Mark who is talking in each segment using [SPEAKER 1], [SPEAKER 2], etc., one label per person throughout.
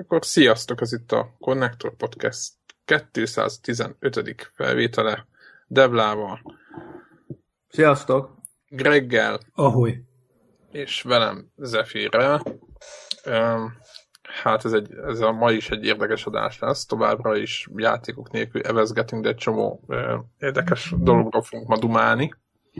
[SPEAKER 1] akkor sziasztok, ez itt a Connector Podcast 215. felvétele Devlával.
[SPEAKER 2] Sziasztok!
[SPEAKER 1] Greggel.
[SPEAKER 3] Ahoy.
[SPEAKER 1] És velem Zephyr-rel. Hát ez a ma is egy érdekes adás lesz, továbbra is játékok nélkül evezgetünk, de egy csomó érdekes dologról fogunk ma dumálni.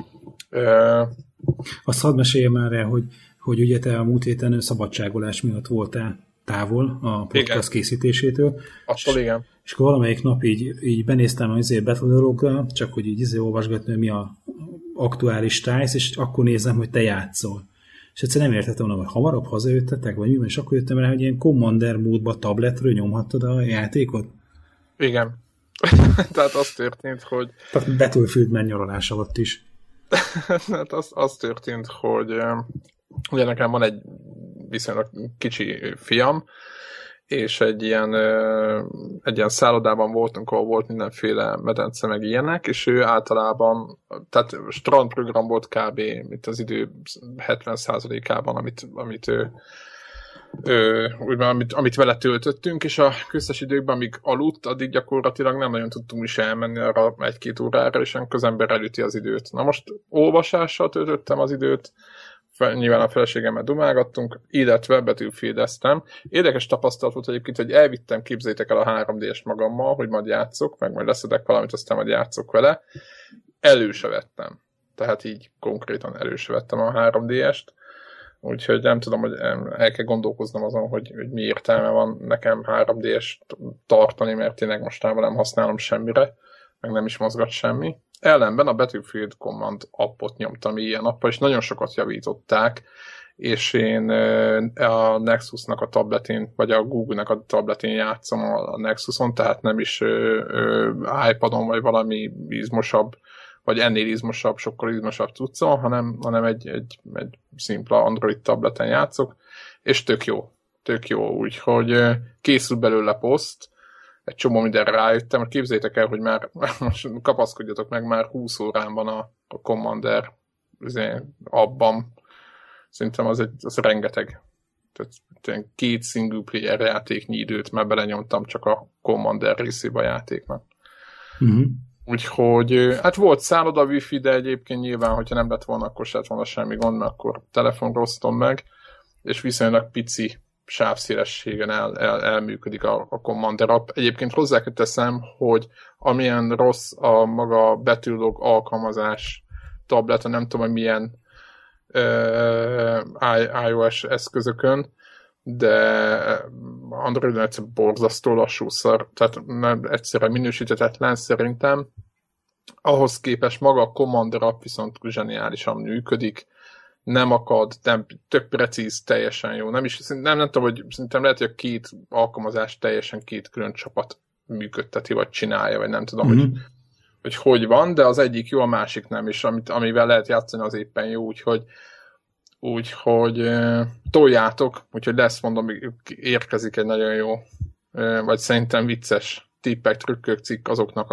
[SPEAKER 3] Azt hadd meséljem már el, hogy ugye te a múlt héten szabadságolás miatt voltál távol a podcast készítésétől.
[SPEAKER 1] Attól igen.
[SPEAKER 3] És akkor valamelyik nap így benéztem az Battle.log-ra, csak hogy így olvasgatni, mi a aktuális tájsz, és akkor nézem, hogy te játszol. És egyszer nem értettem volna, hogy hamarabb hazajöttetek, vagy mi, és akkor jöttem rá, hogy ilyen Commander módba tabletről nyomhattad a játékot?
[SPEAKER 1] Igen. Tehát az történt, hogy...
[SPEAKER 3] Tehát Battlefield megnyaralás alatt is.
[SPEAKER 1] Hát az történt, hogy ugye nekem van egy viszonylag kicsi fiam, és egy ilyen szállodában voltunk, ahol volt mindenféle medence meg ilyenek, és ő általában, tehát strandprogram volt kb. Itt az idő 70%-ában, amit vele töltöttünk, és a köztes időkben, amíg aludt, addig gyakorlatilag nem nagyon tudtunk is elmenni arra 1-2 órára, és közember elüti az időt. Na most olvasással töltöttem az időt, nyilván a feleségemmel dumálgattunk, illetve Battlefield-eztem. Érdekes tapasztalat volt egyébként, hogy elvittem, képzeljétek el a 3D-est magammal, hogy majd játszok, meg majd leszedek valamit, aztán majd játszok vele. Elő se vettem. Tehát így konkrétan elő se vettem a 3D-est. Úgyhogy nem tudom, hogy el kell gondolkoznom azon, hogy mi értelme van nekem 3D-est tartani, mert tényleg mostában nem használom semmire, meg nem is mozgat semmi. Ellenben a Battlefield Command appot nyomtam ilyen appal, és nagyon sokat javították, és én a Nexusnak a tabletén, vagy a Google-nek a tabletén játszom a Nexuson, tehát nem is iPadon, vagy valami izmosabb, vagy ennél izmosabb, sokkal izmosabb cuccon, hanem egy szimpla Android tableten játszok, és tök jó, úgyhogy készül belőle poszt, egy csomó mindenre rájöttem, mert képzeljétek el, hogy már most kapaszkodjatok meg, már 20 órán van a Commander abban. Szerintem az rengeteg. Tehát 2 single player játéknyi időt már belenyomtam csak a Commander részébe a játéknak.
[SPEAKER 3] Uh-huh.
[SPEAKER 1] Úgyhogy hát volt szálloda wifi, de egyébként nyilván, hogyha nem lett volna, akkor se lett volna semmi gond, mert akkor telefonra osztom meg, és viszonylag pici sávszélességen elműködik a Commander app. Egyébként hozzá kell teszem, hogy amilyen rossz a maga Battle.log alkalmazás tableta, nem tudom, hogy milyen iOS eszközökön, de Androidon egyszerűen borzasztó lassú szar, tehát egyszerűen minősíthetetlen szerintem. Ahhoz képest maga a Commander app viszont zseniálisan működik, nem akad, tök precíz, teljesen jó. Nem tudom, hogy szerintem lehet, hogy a 2 alkalmazás teljesen 2 külön csapat működteti, vagy csinálja, vagy nem tudom, hogy van, de az egyik jó, a másik nem, és amivel lehet játszani, az éppen jó, úgyhogy toljátok, úgyhogy lesz, mondom, érkezik egy nagyon jó, vagy szerintem vicces tippek, trükkök, cikk azoknak,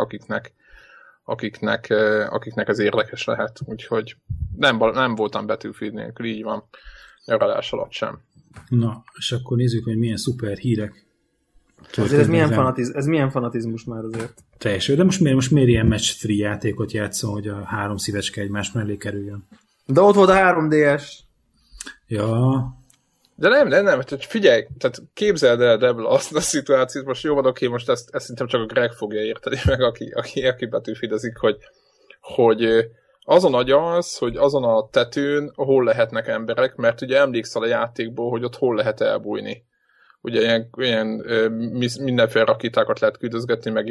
[SPEAKER 1] akiknek ez érdekes lehet, úgyhogy nem voltam Battlefield nélkül, így van, nyaralás alatt sem.
[SPEAKER 3] Na, és akkor nézzük, hogy milyen szuper hírek.
[SPEAKER 2] Azért ez milyen fanatizmus már azért.
[SPEAKER 3] Teljesen, de most miért ilyen match 3 játékot játszol, hogy a 3 szívecske egymás mellé kerüljön?
[SPEAKER 2] De ott volt a 3DS.
[SPEAKER 3] Ja.
[SPEAKER 1] De nem, tehát figyelj, tehát képzeld el, Debla, azt a szituációt, most jó van, oké, most ezt szerintem csak a Greg fogja érteni meg, aki Battlefieldezik, hogy azon agyalsz, hogy azon a tetőn hol lehetnek emberek, mert ugye emlékszel a játékból, hogy ott hol lehet elbújni. Ugye ilyen mindenféle rakétákat lehet küldözgetni, meg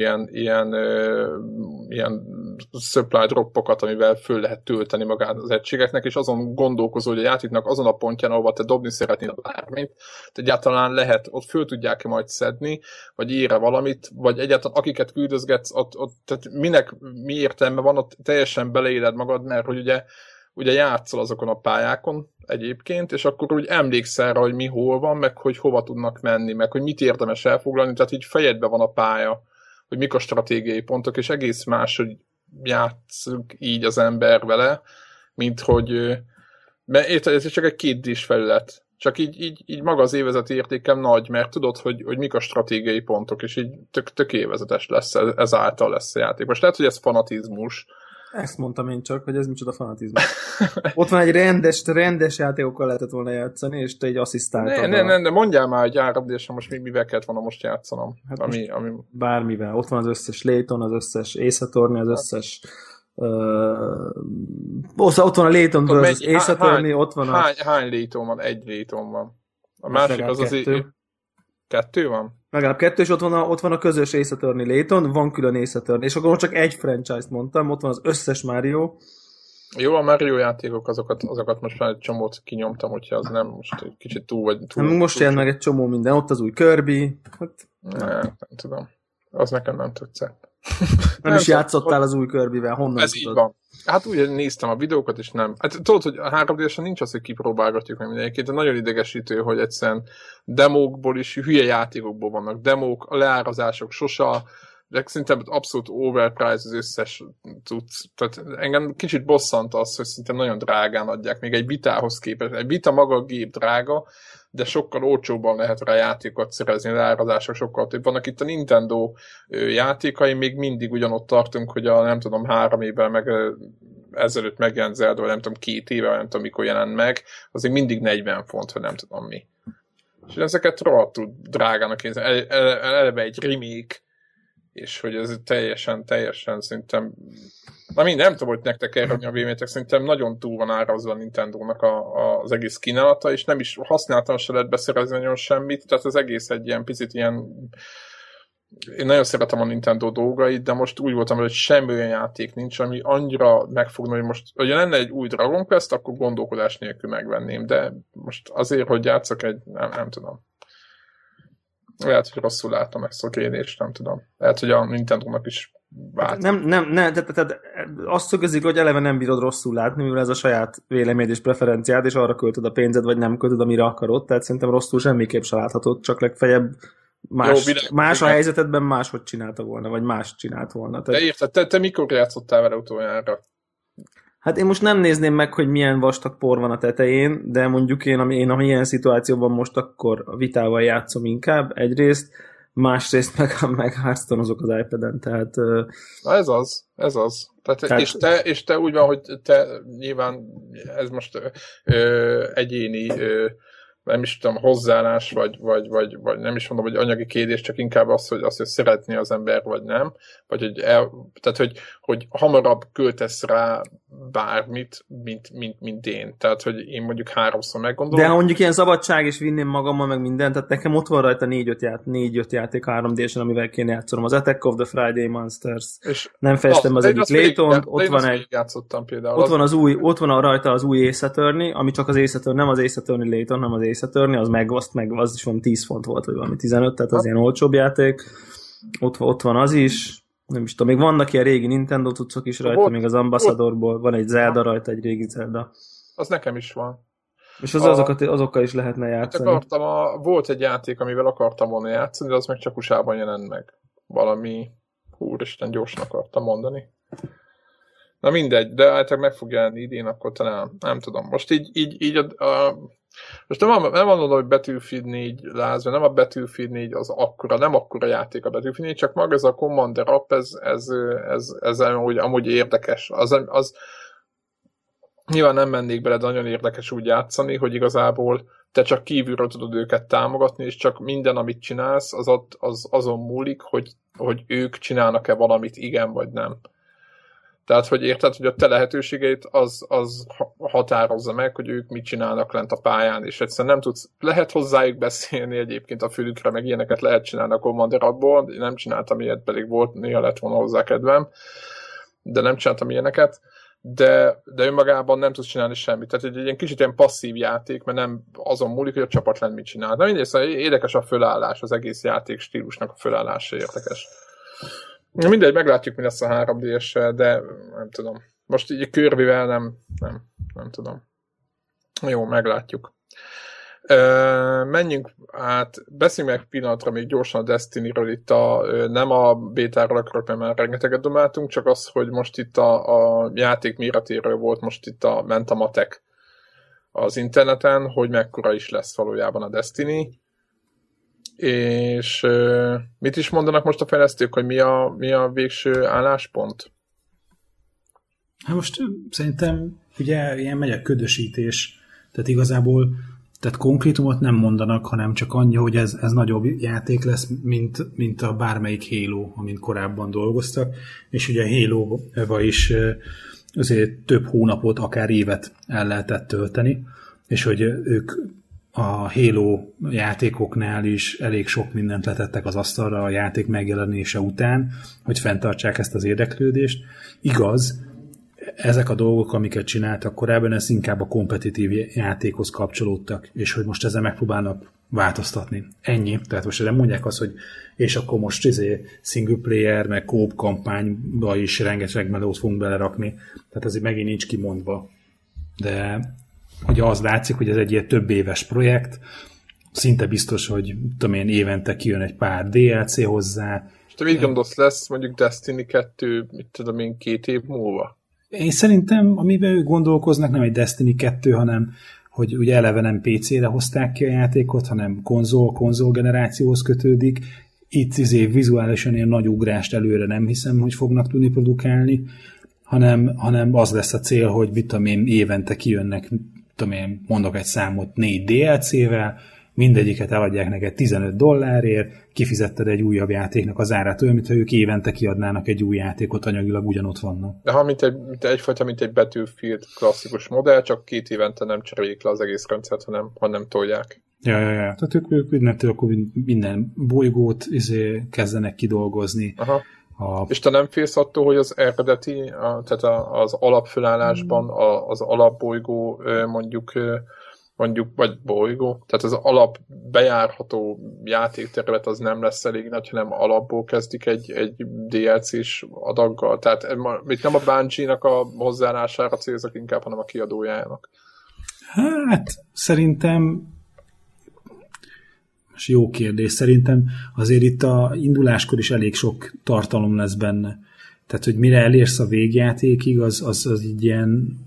[SPEAKER 1] ilyen supply droppokat, amivel föl lehet tölteni magát az egységeknek, és azon gondolkozol, hogy a játéknak azon a pontján, ahol te dobni szeretnél a bármit, egyáltalán lehet, ott föl tudják-e majd szedni, vagy ére valamit, vagy egyáltalán akiket küldözgetsz, ott tehát mi értelme van, ott teljesen beleéled magad, mert hogy ugye játszol azokon a pályákon egyébként, és akkor úgy emlékszel rá, hogy mi hol van, meg hogy hova tudnak menni, meg hogy mit érdemes elfoglalni, tehát így fejedben van a pálya, hogy mik a stratégiai pontok, és egész más, hogy játszunk így az ember vele, mint hogy mert ez csak egy 2D-s felület, Csak így maga az évezeti értékem nagy, mert tudod, hogy mik a stratégiai pontok, és így tök évezetes lesz, ezáltal lesz a játék. Most lehet, hogy ez fanatizmus.
[SPEAKER 2] Ezt mondtam én csak, hogy ez micsoda fanatizmus. Ott van egy rendes játékokkal lehetett volna játszani, és te egy asszisztáltad.
[SPEAKER 1] Ne, mondjál már, hogy áramdésen most mivel kellett volna most játszanom.
[SPEAKER 2] Hát ami... Bármivel. Ott van az összes Layton, az összes Ace Attorney, az összes... ott van a Layton, az Ace Attorney, ott van a...
[SPEAKER 1] Hány Layton van? Egy Layton van. A másik az
[SPEAKER 2] kettő.
[SPEAKER 1] Kettő van?
[SPEAKER 2] Legalább kettő, és ott van a közös Ace Attorney Layton, van külön Ace Attorney, és akkor csak egy franchise-t mondtam, ott van az összes Mario.
[SPEAKER 1] Jó, a Mario játékok, azokat most már egy csomót kinyomtam, úgyhogy az nem most egy kicsit túl vagy...
[SPEAKER 2] Most jelent meg egy csomó minden, ott az új Kirby. Hát,
[SPEAKER 1] nem tudom. Az nekem nem tetszett.
[SPEAKER 2] Nem is játszottál az új Kirbyvel, honnan
[SPEAKER 1] ez tudod? Így van. Hát úgy néztem a videókat, és nem. Hát tudod, hogy a 3D-esen nincs az, hogy kipróbálgatjuk meg mindenkit, de nagyon idegesítő, hogy egyszerűen demókból is, hülye játékokból vannak demók, a leárazások sosa, de szerintem abszolút overprice az összes cucc. Tehát engem kicsit bosszant az, hogy szerintem nagyon drágán adják, még egy vitához képest. Egy vita maga a gép drága, de sokkal olcsóbban lehet rá játékot szerezni, leárazások sokkal több vannak. Itt a Nintendo játékai még mindig ugyanott tartunk, hogy a nem tudom 3 évvel meg ezelőtt megjelent Zelda, vagy nem tudom 2 éve, vagy nem tudom mikor jelent meg, azért mindig 40 font, vagy nem tudom mi. És ezeket rohadtul drágának érzem. Eleve egy remake, és hogy ez teljesen szerintem nem tudom, hogy nektek erről a véleményetek, szerintem nagyon túl van árazva a Nintendónak az egész kínálata, és nem is használtan se lehet beszerezni nagyon semmit, tehát az egész egy ilyen picit ilyen én nagyon szeretem a Nintendo dolgait, de most úgy voltam, hogy semmi olyan játék nincs, ami annyira megfogna, hogy most, hogyha lenne egy új Dragon Quest, akkor gondolkodás nélkül megvenném, de most azért, hogy játszok egy, nem tudom. Lehet, hogy rosszul látom ezt a kérdést, nem tudom. Lehet, hogy a Nintendo-nak is vált.
[SPEAKER 2] Nem, tehát azt szögezik, hogy eleve nem bírod rosszul látni, mivel ez a saját véleményed és preferenciád, és arra költöd a pénzed, vagy nem költöd, amire akarod, tehát szerintem rosszul semmiképp se láthatod, csak legfeljebb más a helyzetedben máshogy csinálta volna, vagy más csinált volna.
[SPEAKER 1] Tehát... De érted, te mikor játszottál vele utoljára?
[SPEAKER 2] Hát én most nem nézném meg, hogy milyen vastag por van a tetején, de mondjuk én ami ilyen szituációban most akkor a vitával játszom inkább egyrészt, másrészt meg Hearthstone-ozok az iPad-en, tehát...
[SPEAKER 1] Na ez az. Tehát... És te úgy van, hogy te nyilván ez most egyéni nem is tudom, hozzáállás, vagy nem is mondom, hogy anyagi kérdés, csak inkább az, hogy szeretné az ember, vagy nem. Vagy hogy hamarabb költesz rá bármit, mint én. Tehát, hogy én mondjuk 3-szor meggondolom.
[SPEAKER 2] De ha mondjuk ilyen szabadság, és vinném magammal, meg mindent, tehát nekem ott van rajta 4-5 játék 3D-sen, amivel kéne játszanom. Az Attack of the Friday Monsters. És nem festem az egyik Layton, ott van egy... Ott van rajta az új Ace Attorney, ami csak az Ace Attorney, nem az Ace Attorney Layton, hanem az Ace Attorney, az is van 10 font volt, vagy valami 15, tehát az ilyen olcsóbb játék. Ott van az is. Nem is tudom, még vannak ilyen régi Nintendo cuccok is rajta, még az Ambassadorból van egy Zelda rajta, egy régi Zelda.
[SPEAKER 1] Az nekem is van.
[SPEAKER 2] És azokkal is lehetne játszani.
[SPEAKER 1] Volt egy játék, amivel akartam volna játszani, de az meg csak USA-ban jelent meg. Valami, úristen, gyorsan akartam mondani. Na mindegy, de általában meg fog jelenni idén, akkor talán nem tudom. Most így most nem mondom, hogy Battlefield 4 lázva, nem a Battlefield 4 az nem akkora játék a Battlefield 4, csak maga ez a Commander app, ez amúgy érdekes. Az nyilván nem mennék bele, de nagyon érdekes úgy játszani, hogy igazából te csak kívülről tudod őket támogatni, és csak minden, amit csinálsz, az azon múlik, hogy ők csinálnak-e valamit, igen vagy nem. Tehát, hogy érted, hogy a te lehetőségeit az határozza meg, hogy ők mit csinálnak lent a pályán, és egyszerűen nem tudsz, lehet hozzájuk beszélni egyébként a fülükre, meg ilyeneket lehet csinálni a Commander appból, nem csináltam ilyet, pedig volt, néha lett volna hozzá kedvem, de nem csináltam ilyeneket, de önmagában nem tudsz csinálni semmit. Tehát egy ilyen kicsit ilyen passzív játék, mert nem azon múlik, hogy a csapat lent mit csinál. Na mindegy, szóval érdekes a fölállás, az egész játék stílusnak a fölállása érdekes. Mindegy, meglátjuk, mi lesz a 3D-essel, de nem tudom. Most így Kirbyvel nem tudom. Jó, meglátjuk. Menjünk át, beszéljünk meg pillanatra még gyorsan a Destiny-ről, itt nem a bétáról akarok, mert már rengeteget domáltunk, csak az, hogy most itt a játék méretéről volt, most itt ment a matek az interneten, hogy mekkora is lesz valójában a Destiny. És mit is mondanak most a fejlesztők, hogy mi a végső álláspont?
[SPEAKER 3] Hát most szerintem ugye ilyen megy a ködösítés, tehát igazából tehát konkrétumot nem mondanak, hanem csak annyi, hogy ez nagyobb játék lesz, mint a bármelyik Halo, amint korábban dolgoztak, és ugye a Halo-ba is azért több hónapot, akár évet el lehetett tölteni, és hogy ők a Halo játékoknál is elég sok mindent letettek az asztalra a játék megjelenése után, hogy fenntartsák ezt az érdeklődést. Igaz, ezek a dolgok, amiket csináltak korábban, ez inkább a kompetitív játékhoz kapcsolódtak, és hogy most ezzel megpróbálnak változtatni. Ennyi. Tehát most nem mondják azt, hogy és akkor most single player, meg co-op kampányba is rengeteg melót fogunk belerakni. Tehát azért megint nincs kimondva. De ugye az látszik, hogy ez egy ilyen több éves projekt, szinte biztos, hogy tudom én, évente kijön egy pár DLC hozzá.
[SPEAKER 1] És te mit gondolsz, lesz mondjuk Destiny 2, mit tudom én, 2 év múlva?
[SPEAKER 3] Én szerintem, amiben ők gondolkoznak, nem egy Destiny 2, hanem hogy ugye eleve nem PC-re hozták ki a játékot, hanem konzol generációhoz kötődik. Itt vizuálisan ilyen nagy ugrást előre nem hiszem, hogy fognak tudni produkálni, hanem az lesz a cél, hogy mit tudom én, évente kijönnek, tudom én, mondok egy számot 4 DLC-vel, mindegyiket eladják neked $15, kifizetted egy újabb játéknak az árát, olyan, mintha ők évente kiadnának egy új játékot, anyagilag ugyanott vannak.
[SPEAKER 1] De ha mint egy Battlefield klasszikus modell, csak 2 évente nem cseréljék le az egész rendszert, hanem tolják.
[SPEAKER 3] Ja. Tehát ők minden bolygót kezdenek kidolgozni.
[SPEAKER 1] Aha. És te nem félsz attól, hogy az eredeti, tehát az alapfölállásban az alapbolygó mondjuk, vagy bolygó, tehát az alap bejárható játékterület az nem lesz elég nagy, hanem alapból kezdik egy DLC-s adaggal. Tehát itt nem a Bungie-nak a hozzáállására célzak inkább, hanem a kiadójának.
[SPEAKER 3] Hát szerintem most jó kérdés. Szerintem azért itt a induláskor is elég sok tartalom lesz benne. Tehát, hogy mire elérsz a végjátékig, az így ilyen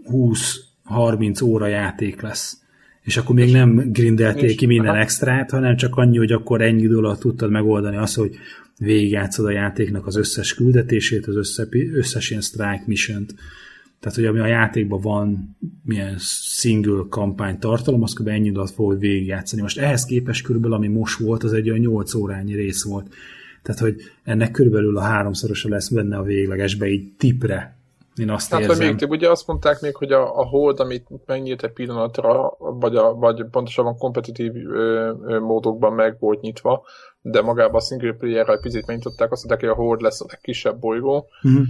[SPEAKER 3] 20-30 óra játék lesz. És akkor még nem grindelték ki minden extrát, hanem csak annyi, hogy akkor ennyi idő alatt tudtad megoldani azt, hogy végigjátszod a játéknak az összes küldetését, az összes ilyen strike mission-t. Tehát, hogy ami a játékban van milyen single kampány tartalom, az kb. Ennyi idő alatt fogod végigjátszani. Most ehhez képest körülbelül, ami most volt, az egy olyan 8 órányi rész volt. Tehát, hogy ennek körülbelül a 3-szorosa lesz benne a véglegesbe, így tipre. Én azt érzem.
[SPEAKER 1] Még több, ugye azt mondták még, hogy a hold, amit megnyílt egy pillanatra, vagy pontosabban kompetitív módokban meg volt nyitva, de magában a single player-re egy picit megnyitották, azt mondták, hogy a hold lesz a legkisebb bolygó. Uh-huh.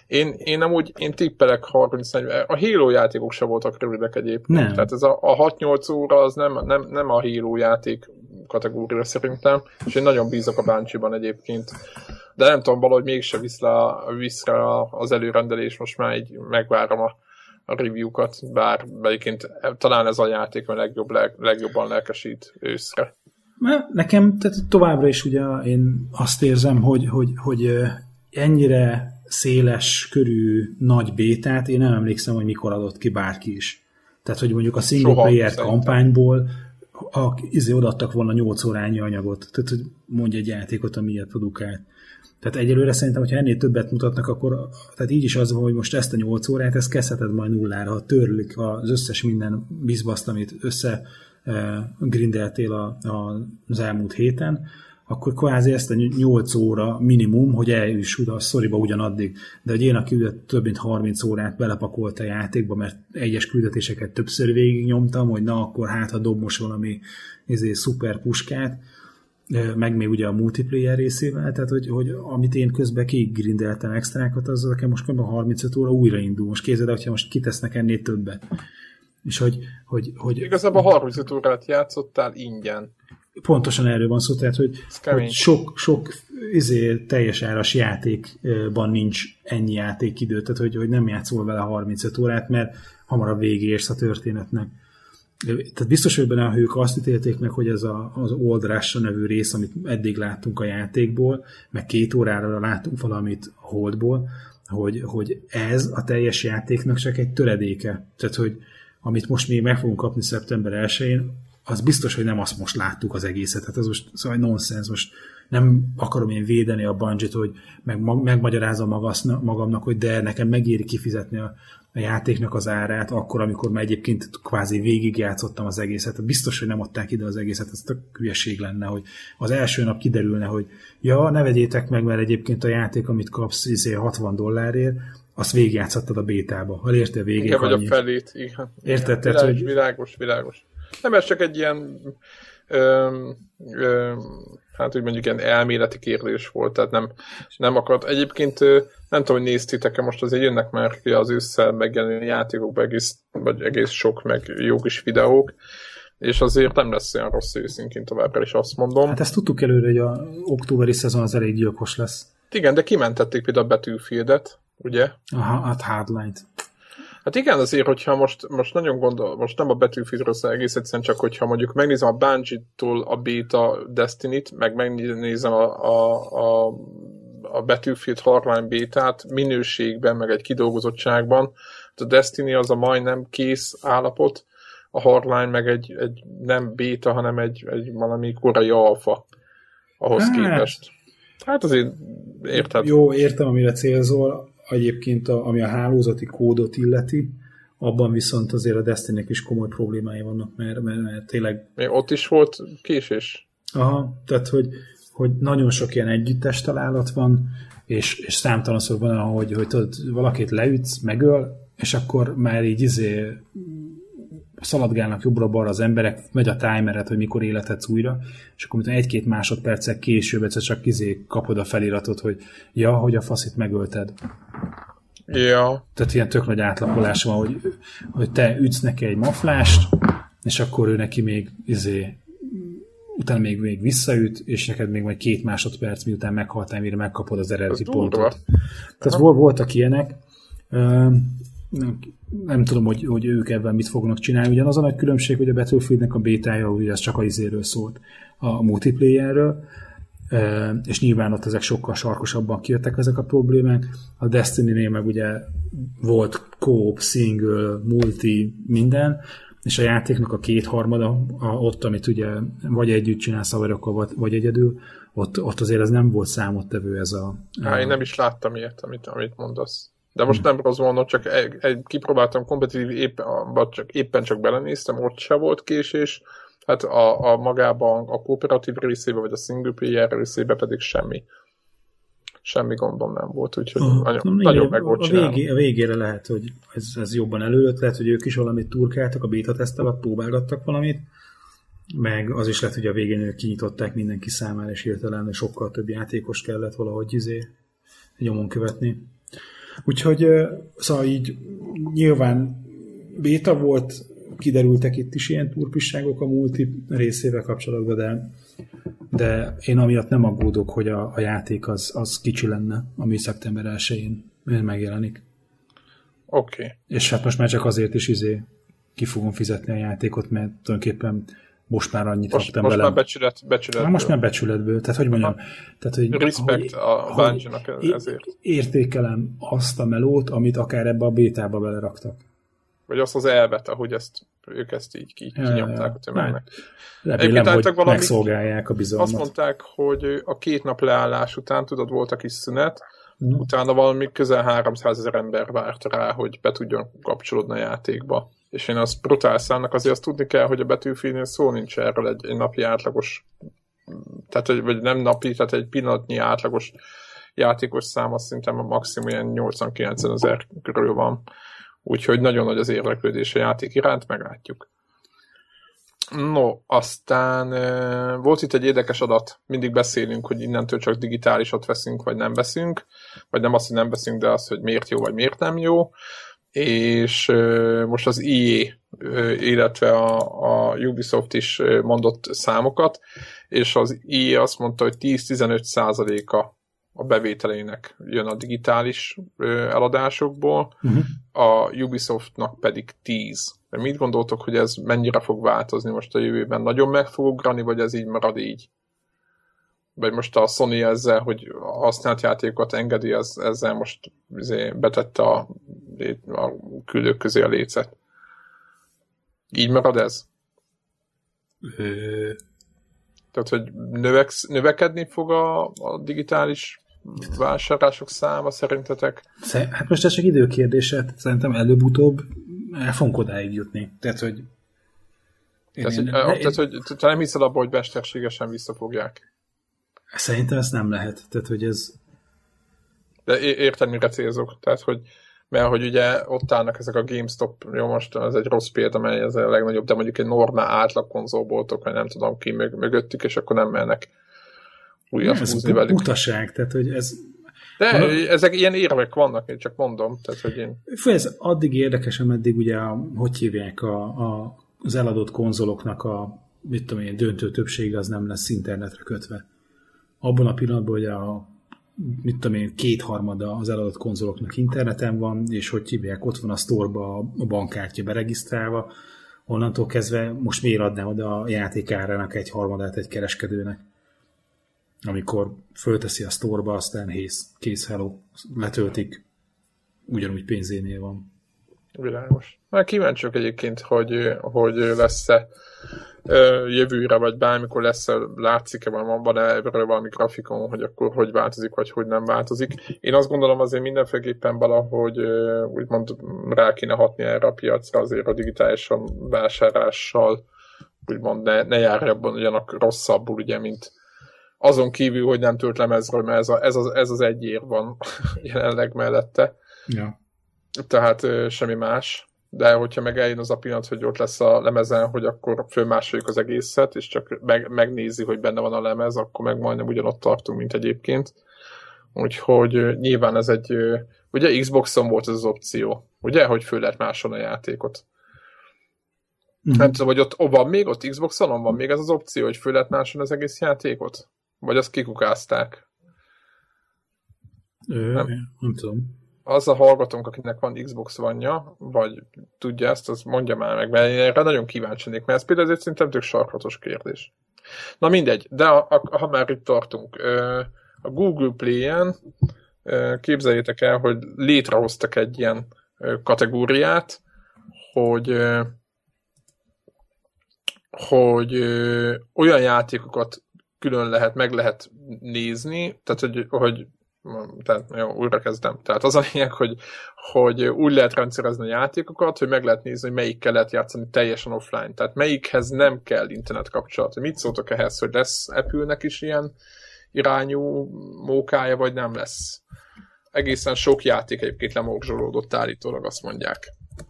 [SPEAKER 1] Én tippelek 30-40, a Halo játékok sem voltak rövidek egyébként. Nem. Tehát ez a 6-8 óra az nem a Halo játék kategória szerintem, és én nagyon bízok a Bungie-ban egyébként. De nem tudom, valahogy mégse visz rá az előrendelés, most már így megvárom a review-kat, bár egyébként talán ez a játék a legjobban lelkesít őszre.
[SPEAKER 3] Nekem tehát továbbra is ugye én azt érzem, hogy ennyire széles körű nagy bétát én nem emlékszem, hogy mikor adott ki bárki is. Tehát, hogy mondjuk a single player kampányból odaadtak volna 8 órányi anyagot. Tehát, hogy mondj egy játékot, ami ilyet produkált. Tehát egyelőre szerintem, hogyha ennél többet mutatnak, akkor tehát így is az van, hogy most ezt a 8 órát, ezt kezdheted majd nullára, ha törlik az összes minden bizbaszt, amit grindeltél az elmúlt héten, akkor kvázi ezt a 8 óra minimum, hogy eljuss oda a sztoriba ugyanaddig. De hogy én, aki több mint 30 órát belepakolt a játékba, mert egyes küldetéseket többször végignyomtam, hogy na, akkor hát, ha dob most valami szuper puskát, meg még ugye a multiplayer részével, tehát hogy amit én közben kigrindeltem extrákat, az nekem most kb. 35 óra újraindul. Most képzeld, hogyha most kitesznek ennél többet. És hogy
[SPEAKER 1] igazából 35 órát játszottál ingyen.
[SPEAKER 3] Pontosan erről van szó, tehát hogy sok teljes áras játékban nincs ennyi játékidő, tehát hogy nem játszol vele 35 órát, mert hamarabb végigérsz a történetnek. Tehát biztos, hogy benne a hők azt ítélték meg, hogy ez az Old Russia nevű rész, amit eddig láttunk a játékból, meg 2 órára látunk valamit a Holdból, hogy ez a teljes játéknak csak egy töredéke. Tehát, amit most még meg fogunk kapni szeptember 1-én, az biztos, hogy nem azt most láttuk az egészet. Hát ez most szóval nonsens, most nem akarom én védeni a Bungie-t, hogy megmagyarázom magamnak, hogy de nekem megéri kifizetni a játéknak az árát, akkor, amikor már egyébként kvázi végigjátszottam az egészet. Biztos, hogy nem adták ide az egészet, ez tök hülyeség lenne, hogy az első nap kiderülne, hogy ja, ne vegyétek meg, mert egyébként a játék, amit kapsz $60, azt végigjátszottad a bétába. Ha értél végig.
[SPEAKER 1] Igen, vagy a felét. Igen.
[SPEAKER 3] Érted?
[SPEAKER 1] Világos. Nem, ez csak egy ilyen hát úgy mondjuk ilyen elméleti kérdés volt, tehát nem akart. Egyébként nem tudom, hogy néztétek-e, most azért jönnek már ki az ősszel megjelenő játékokban egész sok, meg jó kis videók, és azért nem lesz olyan rossz őszintén továbbra is, azt mondom.
[SPEAKER 3] Hát ezt tudtuk előre, hogy az októberi szezon az elég gyilkos lesz.
[SPEAKER 1] Igen, de kimentették például a Battlefieldet, ugye?
[SPEAKER 3] Aha, hát Hardline-t.
[SPEAKER 1] Hát igen, azért, hogyha most nagyon most nem a Battlefieldről szól egész egyszerűen, csak hogyha mondjuk megnézem a Bungie-tól a beta Destiny-t, meg megnézem a Battlefield Hardline bétát minőségben, meg egy kidolgozottságban, a Destiny az a majdnem kész állapot, a Hardline meg egy nem béta, hanem egy valami korai alfa ahhoz képest. Hát azért érted.
[SPEAKER 3] Jó, értem, amire célzol. Egyébként, ami a hálózati kódot illeti, abban viszont azért a Destiny-nek is komoly problémái vannak, mert tényleg...
[SPEAKER 1] Még ott is volt késés?
[SPEAKER 3] Aha, tehát, hogy nagyon sok ilyen együttes találat van, és számtalanszor van, hogy tudod, valakit leütsz, megöl, és akkor már így szaladgálnak jobbra-balra az emberek, megy a timeret, hogy mikor életedsz újra, és akkor mint 1-2 másodperccel később egyszer csak kapod a feliratot, hogy ja, hogy a faszit megölted.
[SPEAKER 1] Ja.
[SPEAKER 3] Tehát ilyen tök nagy átlapolás van, hogy te ütsz neki egy maflást, és akkor ő neki még utána még visszaüt, és neked még majd 2 másodperc, miután meghaltál, mire megkapod az eredeti pontot. Tehát voltak ilyenek. Nem tudom, hogy ők ebben mit fognak csinálni. Ugyanaz a nagy különbség, hogy a Battlefieldnek a bétája, ugye ez csak a izéről szólt, a multiplayerről, és nyilván ott ezek sokkal sarkosabban kijöttek ezek a problémák. A Destiny-nél meg ugye volt co-op, single, multi, minden, és a játéknak a 2/3 ott, amit ugye vagy együtt csinálsz haverokkal, vagy egyedül, ott azért ez nem volt számottevő ez a...
[SPEAKER 1] Én nem is láttam ilyet, amit mondasz. De most nem rossz volna, csak kipróbáltam kompetitív, éppen csak belenéztem, ott se volt késés, hát a magában a kooperatív részébe, vagy a single player részébe pedig semmi gondom nem volt, úgyhogy nagyon meg volt csinálni.
[SPEAKER 3] A végére lehet, hogy ez jobban előjött, lehet, hogy ők is valamit turkáltak, a beta teszt alatt próbálgattak valamit, meg az is lehet, hogy a végén ők kinyitották mindenki számára, és hirtelen sokkal több játékos kellett valahogy nyomon követni. Úgyhogy szóval így nyilván béta volt, kiderültek itt is ilyen turpisságok a multi részével kapcsolatban, de én amiatt nem aggódok, hogy a játék az kicsi lenne, ami szeptember 1-én megjelenik.
[SPEAKER 1] Oké.
[SPEAKER 3] És hát most már csak azért is ki fogom fizetni a játékot, mert tulajdonképpen most már annyit raktam
[SPEAKER 1] bele.
[SPEAKER 3] Most
[SPEAKER 1] már becsületből.
[SPEAKER 3] Most már becsületből. Tehát, hogy mondjam...
[SPEAKER 1] Respekt a Bungie-nak ezért.
[SPEAKER 3] Értékelem azt a melót, amit akár ebbe a bétába beleraktak.
[SPEAKER 1] Vagy azt az elvet, ahogy ők ezt így kinyomták a tömegnek.
[SPEAKER 3] Remélem, hogy megszolgálják a bizalmat.
[SPEAKER 1] Azt mondták, hogy a 2 nap leállás után, tudod, volt a kis szünet, utána valami közel 300 000 ember várt rá, hogy be tudjon kapcsolódni a játékba. És én azt brutál számnak azért azt tudni kell, hogy a Battlefieldnél szó nincs erről egy napi átlagos, tehát, vagy nem napi, tehát egy pillanatnyi átlagos játékos szám, azt szerintem a maximum ilyen 80-90 000 körül van. Úgyhogy nagyon nagy az érdeklődés a játék iránt, meglátjuk. No, aztán volt itt egy érdekes adat, mindig beszélünk, hogy innentől csak digitálisat veszünk, vagy nem veszünk, vagy nem azt, hogy nem veszünk, de az, hogy miért jó, vagy miért nem jó. És most az EA, illetve a Ubisoft is mondott számokat, és az EA azt mondta, hogy 10-15% a bevételének jön a digitális eladásokból, a Ubisoftnak pedig 10. De mit gondoltok, hogy ez mennyire fog változni most a jövőben? Nagyon meg fog ugrani, vagy ez így marad így? Vagy most a Sony ezzel, hogy a használt játékokat engedi, ezzel most betette a küldők közé a lécet? Így marad ez? Tehát, hogy növekedni fog a digitális vásárlások száma szerintetek?
[SPEAKER 3] Hát most ez csak időkérdése, szerintem előbb-utóbb el fogunk odáig jutni. Tehát, hogy
[SPEAKER 1] tehát, hogy te nem hiszel abba, hogy mesterségesen visszafogják?
[SPEAKER 3] Szerintem ezt nem lehet. Tehát, hogy ez...
[SPEAKER 1] De érted, mire célzok? Tehát, hogy mert hogy ugye ott állnak ezek a GameStop, jó, most ez egy rossz példa, mely ez a legnagyobb, de mondjuk egy normál átlag konzolboltok, vagy nem tudom ki mögöttük, és akkor nem mernek újat húzni velük.
[SPEAKER 3] Utaság, tehát hogy ez...
[SPEAKER 1] De ezek ilyen érvek vannak, én csak mondom. Tehát, hogy én...
[SPEAKER 3] Ez addig érdekes, ameddig ugye, hogy hívják az eladott konzoloknak a mit tudom én, döntő többsége az nem lesz internetre kötve. Abban a pillanatban, hogy mit tudom én, 2/3 az eladott konzoloknak interneten van, és hogy hívják, ott van a sztorba a bankkártya beregisztrálva, onnantól kezdve most miért adná oda a játékárának 1/3 egy kereskedőnek? Amikor fölteszi a sztorba, aztán kész, hello, letöltik, ugyanúgy pénzénél van.
[SPEAKER 1] Világos. Már kíváncsiak egyébként, hogy lesz-e jövőre, vagy bármikor lesz-e, látszik-e, van-e ebből valami grafikon, hogy akkor hogy változik, vagy hogy nem változik. Én azt gondolom azért mindenféleképpen valahogy úgymond rá kéne hatni erre a piacra, azért a digitálisan vásárlással úgymond ne járjabban ugyanak rosszabbul, ugye, mint azon kívül, hogy nem tölt lemezről, mert ez az egy ér van jelenleg mellette.
[SPEAKER 3] Ja.
[SPEAKER 1] Tehát semmi más. De hogyha meg eljön az a pillanat, hogy ott lesz a lemezen, hogy akkor fölmásoljuk az egészet, és csak megnézi, hogy benne van a lemez, akkor meg majdnem ugyanott tartunk, mint egyébként. Úgyhogy nyilván ez egy... Ugye Xboxon volt ez az opció, ugye? Hogy föl lehet másolni a játékot. Nem tudom, hogy ott van még, ott Xboxon van még ez az opció, hogy föl lehet másolni az egész játékot? Vagy azt kikukázták?
[SPEAKER 3] Nem tudom.
[SPEAKER 1] Az a hallgatónk, akinek van Xbox One-ja, vagy tudja ezt, az mondja már meg, mert én erre nagyon kíváncsi lennék, mert ez például azért szerintem tök sarkatos kérdés. Na mindegy, de ha már itt tartunk, a Google Play-en képzeljétek el, hogy létrehoztak egy ilyen kategóriát, hogy olyan játékokat külön meg lehet nézni, tehát tehát jó, újra kezdem. Tehát az a lényeg, hogy úgy lehet rendszerezni a játékokat, hogy meg lehet nézni, hogy melyikkel lehet játszani teljesen offline. Tehát melyikhez nem kell internet kapcsolat. Mit szóltok ehhez, hogy lesz Apple-nek is ilyen irányú mókája, vagy nem lesz? Egészen sok játék egyébként lemorzsolódott állítólag, azt mondják.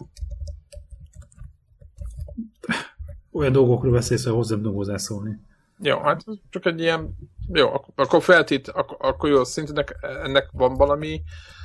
[SPEAKER 3] Olyan dolgokról beszélsz, hogy hozzám tudok hozzászólni.
[SPEAKER 1] Jó, hát csak egy ilyen... Jó, akkor akkor jó, szintén ennek van valami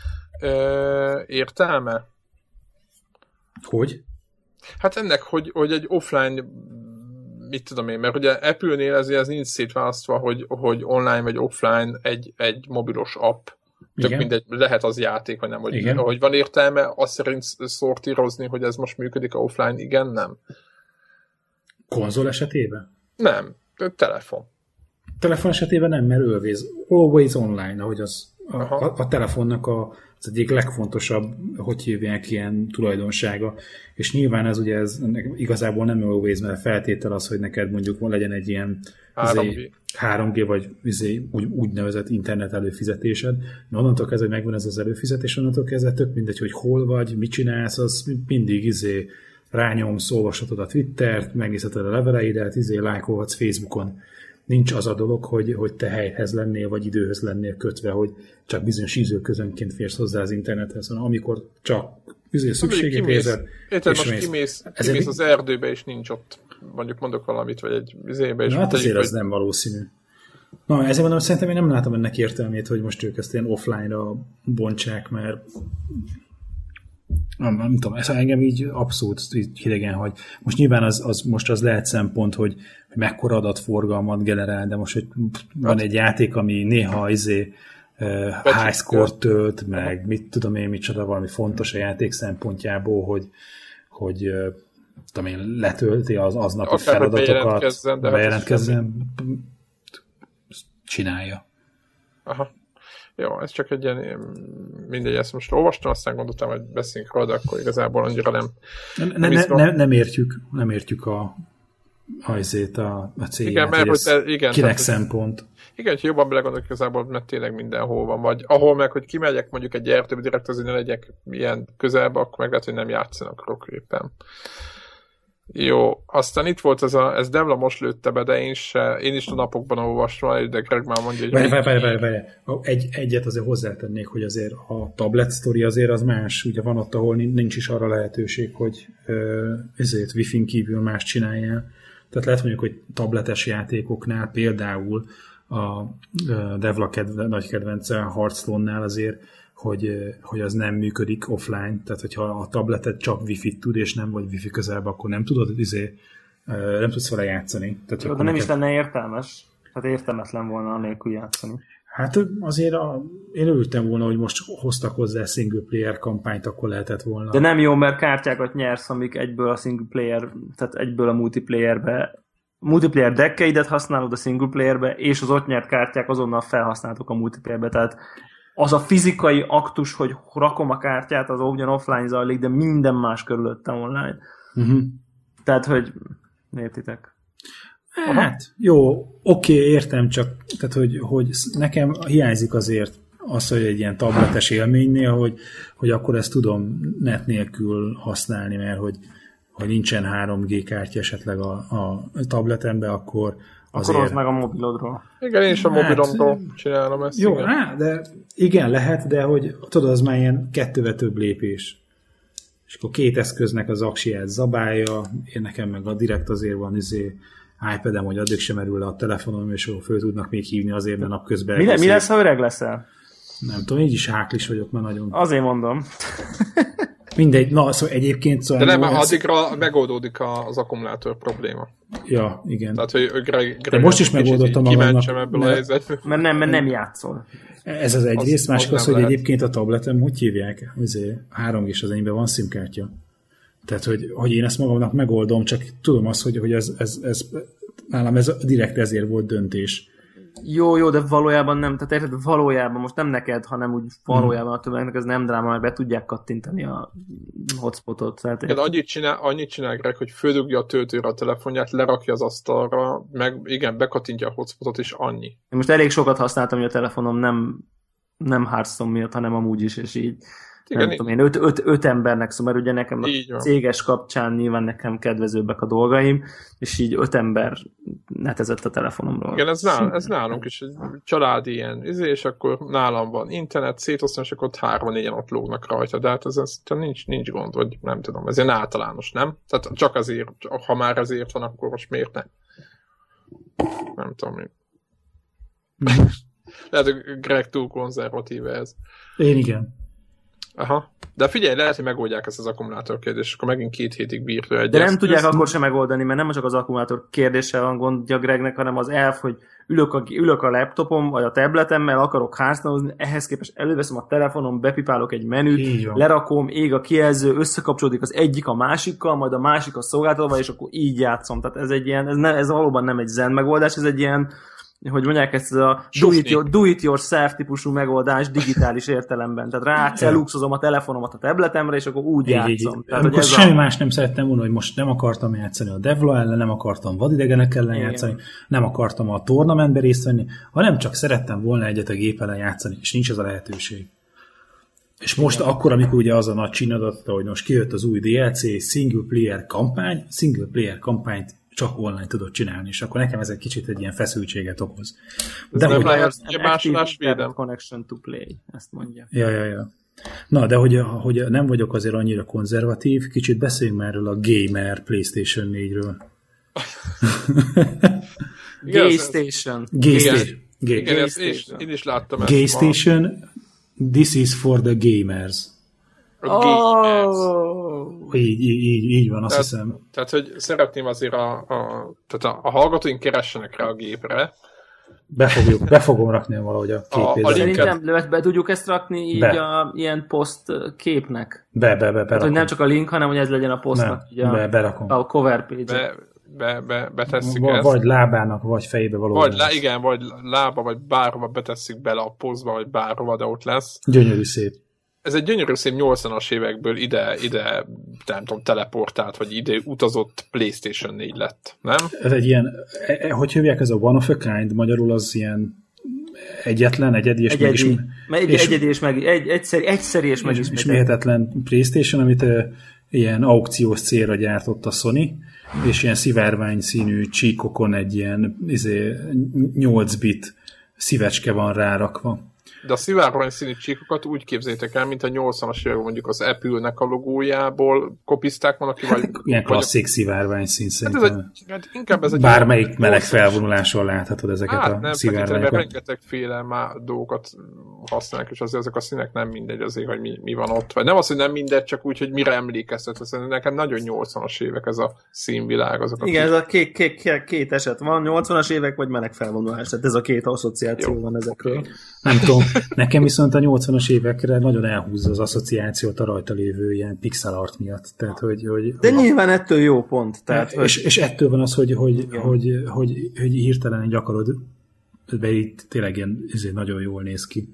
[SPEAKER 1] értelme?
[SPEAKER 3] Hogy?
[SPEAKER 1] Hát ennek, hogy egy offline, mit tudom én, mert ugye Apple-nél ez nincs szétválasztva, hogy online vagy offline egy mobilos app. Tök mindegy, lehet az játék, vagy nem. Hogy van értelme azt szerint szortírozni, hogy ez most működik a offline, igen, nem?
[SPEAKER 3] Konzol esetében?
[SPEAKER 1] Nem, telefon.
[SPEAKER 3] Telefon esetében nem, mert always online, ahogy a telefonnak az egyik legfontosabb, hogy hívják, ilyen tulajdonsága. És nyilván ez ugye igazából nem always, mert feltétel az, hogy neked mondjuk legyen egy ilyen 3G vagy úgynevezett internet előfizetésed. Na, onnantól kezdve, hogy megvan ez az előfizetés, onnantól kezdve tök mindegy, hogy hol vagy, mit csinálsz, az mindig rányomsz, olvashatod a Twittert, megnézheted a leveleidet, lájkolhatsz Facebookon. Nincs az a dolog, hogy te helyhez lennél, vagy időhöz lennél kötve, hogy csak bizonyos időközönként férsz hozzá az internethez, hanem amikor csak szükségét érzed.
[SPEAKER 1] Érted, most kimész az erdőbe, és nincs ott. Mondjuk valamit, vagy egy vizébe.
[SPEAKER 3] Hát azért az nem valószínű. Na, ezért mondom, szerintem én nem látom ennek értelmét, hogy most ők ezt ilyen offline-ra bontsák, mert nem tudom, ez engem így abszolút hidegen, hogy most nyilván az lehet szempont, hogy mekkora adatforgalmat generál, de most, hogy van egy játék, ami néha high score tölt, meg mit tudom én, micsoda, valami fontos a játék szempontjából, hogy tudom én, letölti az aznapi feladatokat, bejelentkezzen, csinálja.
[SPEAKER 1] Aha. Jó, ez csak egy ilyen, mindegy, ezt most olvastam, aztán gondoltam, hogy beszéljünk róla, de akkor igazából annyira
[SPEAKER 3] nem értjük a célját.
[SPEAKER 1] Igen, mert igen,
[SPEAKER 3] kinek szempont.
[SPEAKER 1] Igen, hogy jobban belegondolok igazából, mert tényleg mindenhol van, vagy ahol meg, hogy kimegyek mondjuk egy gyártóba direkt azért ne legyek ilyen közelbe, akkor meg lehet, hogy nem játszanak éppen. Jó, aztán itt volt ez Devla most lőtte be, de én is a napokban olvastam, de Greg már mondja, hogy...
[SPEAKER 3] Várj. Egyet azért hozzátennék, hogy azért a tablet sztori azért az más, ugye van ott, ahol nincs is arra lehetőség, hogy ezért Wi-Fi-n kívül más csináljál. Tehát lehet mondjuk, hogy tabletes játékoknál például a Devla nagy kedvence Hearthstone-nál azért, hogy az nem működik offline, tehát hogyha a tabletet csak Wi-Fi tud, és nem vagy Wi-Fi közelben, akkor nem tudod, nem tudsz vele játszani. Tehát
[SPEAKER 2] jó, de nem is lenne értelmes. Tehát értelmetlen volna anélkül játszani.
[SPEAKER 3] Hát azért én örültem volna, hogy most hoztak hozzá single player kampányt, akkor lehetett volna.
[SPEAKER 2] De nem jó, mert kártyákat nyersz, amik egyből a single player, tehát egyből a multiplayer deckeidet használod a single playerbe, és az ott nyert kártyák azonnal felhasználhatók a multiplayerbe, tehát az a fizikai aktus, hogy rakom a kártyát, az ugyan offline zajlik, de minden más körülötte online. Uh-huh. Tehát, hogy értitek.
[SPEAKER 3] Hát, jó, oké, értem, csak tehát, hogy nekem hiányzik azért az, hogy egy ilyen tabletes élménynél, hogy akkor ezt tudom net nélkül használni, mert hogy nincsen 3G kártya esetleg a tabletemben, akkor azért...
[SPEAKER 2] Akkor meg a mobilodról.
[SPEAKER 1] Igen, én is a mobilomról csinálom ezt.
[SPEAKER 3] Jó, de igen, lehet, de hogy tudod, az már ilyen kettővel több lépés. És akkor két eszköznek az aksiját zabálja, én nekem meg a direkt azért van iPad-em, hogy addig sem merül le a telefonom, és föl tudnak még hívni azért, mert napközben...
[SPEAKER 2] Mi lesz, ha öreg leszel?
[SPEAKER 3] Nem tudom, így is háklis vagyok, mert nagyon...
[SPEAKER 2] Azért mondom.
[SPEAKER 3] Mindegy, na, szóval egyébként... Szóval
[SPEAKER 1] de nem, addigra megoldódik az akkumulátor probléma.
[SPEAKER 3] Ja, igen.
[SPEAKER 1] Tehát, hogy Greg
[SPEAKER 3] de most is megoldottam magamnak.
[SPEAKER 1] Ebből a helyzetből.
[SPEAKER 2] Mert nem játszol.
[SPEAKER 3] Ez az egyrészt, másik az, hogy lehet. Egyébként a tabletem, hogy hívják? 3G-s az enyémben van SIM-kártya. Tehát, hogy én ezt magamnak megoldom, csak tudom azt, hogy ez nálam ez direkt ezért volt döntés.
[SPEAKER 2] Jó, de valójában nem, tehát érted, valójában most nem neked, hanem úgy valójában a többeknek ez nem dráma, mert be tudják kattintani a hotspotot.
[SPEAKER 1] Igen, annyit csinál Greg, hogy földugja a töltőre a telefonját, lerakja az asztalra, meg igen, bekattintja a hotspotot, és annyi.
[SPEAKER 2] Én most elég sokat használtam, hogy a telefonom nem Hearthstone miatt, hanem amúgy is, és így igen, nem tudom én, öt embernek, szóval mert ugye nekem a céges kapcsán nyilván nekem kedvezőbbek a dolgaim, és így 5 ember netezett a telefonomról.
[SPEAKER 1] Igen, ez nálunk is egy családi ilyen és akkor nálam van internet, szétosztom, és akkor 3-4-en ott lógnak rajta, de hát ez nincs gond, vagy nem tudom, ez ilyen általános, nem? Tehát csak azért, ha már ezért van, akkor most miért nem? Nem tudom én. Lehet, hogy Greg túl konzervatív ez.
[SPEAKER 3] Én igen.
[SPEAKER 1] Aha. De figyelj, lehet, hogy megoldják ezt az akkumulátor kérdést, akkor megint 2 hétig bírta egy.
[SPEAKER 2] De nem tudják akkor sem megoldani, mert nem csak az akkumulátor kérdéssel van gondja Gregnek, hanem az elf, hogy ülök a laptopom, vagy a tabletemmel, akarok Hearthstone-ozni, ehhez képest előveszem a telefonom, bepipálok egy menüt, lerakom, ég a kijelző, összekapcsolódik az egyik a másikkal, majd a másik a szolgáltatóval, és akkor így játszom. Tehát ez egy ilyen, ez valóban nem egy zen megoldás, ez egy ilyen, hogy mondják ezt a do it yourself típusú megoldás digitális értelemben. Tehát ráluxozom a telefonomat a tabletemre, és akkor úgy játszom.
[SPEAKER 3] Tehát, semmi más nem szerettem volna, hogy most nem akartam játszani a Devla ellen, nem akartam vadidegenek ellen játszani, nem akartam a tornamentben részt venni, hanem csak szerettem volna egyet a gép ellen játszani, és nincs ez a lehetőség. És most akkor, amikor ugye az a nagy csinadatta, hogy most kijött az új DLC, single player kampányt csak online tudod csinálni, és akkor nekem ez egy kicsit egy ilyen feszültséget okoz.
[SPEAKER 2] De hogy másolás védem. Connection to play, ezt mondja.
[SPEAKER 3] Ja. Na, de hogy nem vagyok azért annyira konzervatív, kicsit beszéljünk már erről a gamer PlayStation 4-ről.
[SPEAKER 2] Gaystation.
[SPEAKER 1] Igen, én is láttam ezt.
[SPEAKER 3] Gaystation, this is for the gamers. Így van, azt hiszem.
[SPEAKER 1] Tehát, hogy szeretném azért tehát a hallgatóink keressenek rá a gépre.
[SPEAKER 3] Be fogom rakni valahogy a képét.
[SPEAKER 2] Szerintem be tudjuk ezt rakni így ilyen poszt képnek.
[SPEAKER 3] Be.
[SPEAKER 2] Tehát, hogy nem csak a link, hanem hogy ez legyen a posztnak.
[SPEAKER 3] Berakom.
[SPEAKER 2] A cover page.
[SPEAKER 1] betesszük ezt.
[SPEAKER 3] Vagy lábának, vagy fejébe való.
[SPEAKER 1] Igen, vagy lába, vagy bárhova betesszük bele a pozba, vagy bárhova, de ott lesz.
[SPEAKER 3] Gyönyörű szép.
[SPEAKER 1] Ez egy gyönyörű szép 80-as évekből ide nem tudom, teleportált, vagy ide utazott PlayStation 4 lett, nem?
[SPEAKER 3] Ez egy ilyen, hogy hívják, ez a one of a kind, magyarul az ilyen egyetlen, egyedi és
[SPEAKER 2] egyszeri és
[SPEAKER 3] megismétetlen PlayStation, amit ilyen aukciós célra gyártott a Sony, és ilyen szivárvány színű csíkokon egy ilyen 8 bit szívecske van rárakva.
[SPEAKER 1] De a szivárvány színű csíkokat úgy képzeljétek el, mint a 80-as években mondjuk az Apple-nek a logójából kopizták volna ki, vagy...
[SPEAKER 3] Ilyen klasszik szivárvány szín szerintem.
[SPEAKER 1] Inkább ez egy
[SPEAKER 3] bármelyik meleg felvonuláson láthatod ezeket a szivárványokat.
[SPEAKER 1] Nem, rengetegféle dolgokat használnak, és azért ezek a színek nem mindegy azért, hogy mi van ott. Vagy nem az, hogy nem mindegy, csak úgy, hogy mire emlékeztet. Nekem nagyon 80-as évek ez a színvilág.
[SPEAKER 2] Igen, ez a két eset van, 80-as évek vagy meleg felvonulás. Tehát ez a két asszociáció van ezekről.
[SPEAKER 3] Nem tudom, nekem viszont a 80-as évekre nagyon elhúzza az asszociációt a rajta lévő ilyen pixel art miatt. Tehát,
[SPEAKER 2] de nyilván ettől jó pont. Tehát,
[SPEAKER 3] és ettől van az, hogy hirtelen egy akarod, de itt tényleg ilyen nagyon jól néz ki.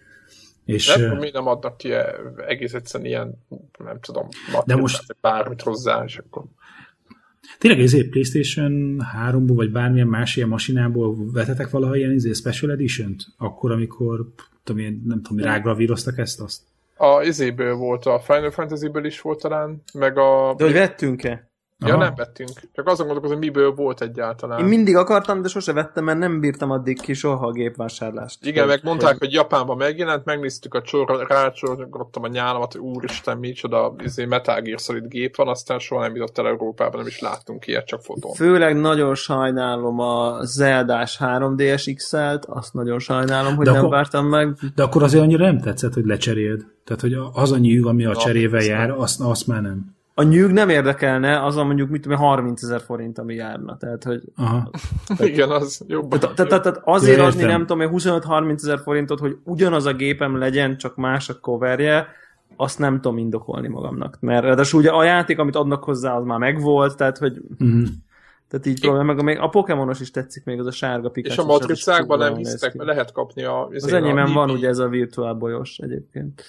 [SPEAKER 3] És,
[SPEAKER 1] mi nem adnak ki egész egyszerűen ilyen, nem tudom,
[SPEAKER 3] de most
[SPEAKER 1] bármit hozzá, és akkor...
[SPEAKER 3] Tényleg ezért PlayStation 3-ból, vagy bármilyen más ilyen masinából vetetek valaha ilyen Special Edition-t? Akkor, amikor nem tudom, rágravíroztak ezt-azt?
[SPEAKER 1] A izéből volt, a Final Fantasy-ből is volt talán, meg a...
[SPEAKER 2] De hogy vettünk-e?
[SPEAKER 1] Ja, nem vettünk. Csak azon gondolkozom, hogy miből volt egyáltalán.
[SPEAKER 2] Én mindig akartam, de sose vettem, mert nem bírtam addig ki soha a gépvásárlást.
[SPEAKER 1] Igen, meg mondták, hogy Japánban megjelent, megnéztük a rácsorogottam a nyálamat, hogy úristen, micsoda Metal Gear Solid gép van, aztán soha nem jutott el Európában, nem is láttunk ilyet, csak fotón.
[SPEAKER 2] Főleg nagyon sajnálom a Zeldás 3DS XL-t, azt nagyon sajnálom, hogy nem vártam meg.
[SPEAKER 3] De akkor azért annyira nem tetszett, hogy lecseréld. Tehát, hogy az a nyűg, ami a cserével jár, azt már nem.
[SPEAKER 2] A nyűg nem érdekelne, az a mondjuk, mit tudom, 30 000 forint, ami járna. Tehát, hogy...
[SPEAKER 1] Igen, az jobban.
[SPEAKER 2] Tehát azért adni, nem tudom, 25-30 000 forintot, hogy ugyanaz a gépem legyen, csak más a coverje, azt nem tudom indokolni magamnak. Mert ráadásul ugye a játék, amit adnak hozzá, az már megvolt, tehát, hogy... Tehát így próbálom, meg a Pokémonos is tetszik még, az a sárga Pikachu.
[SPEAKER 1] És a matricákban nem hisztek, mert lehet kapni
[SPEAKER 2] az enyémben van ugye ez a virtuál bolyos egyébként.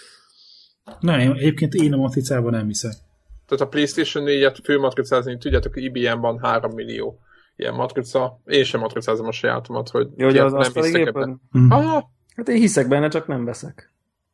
[SPEAKER 3] Nem, egyébként én a matricában nem hiszek.
[SPEAKER 1] Tehát a PlayStation 4-et főmatricázni, tudjátok, hogy IBM-ban 3 millió ilyen matrica. Én sem matricázom a sajátomat, hogy
[SPEAKER 2] nem hiszek ebben. Hát én hiszek benne, csak nem veszek.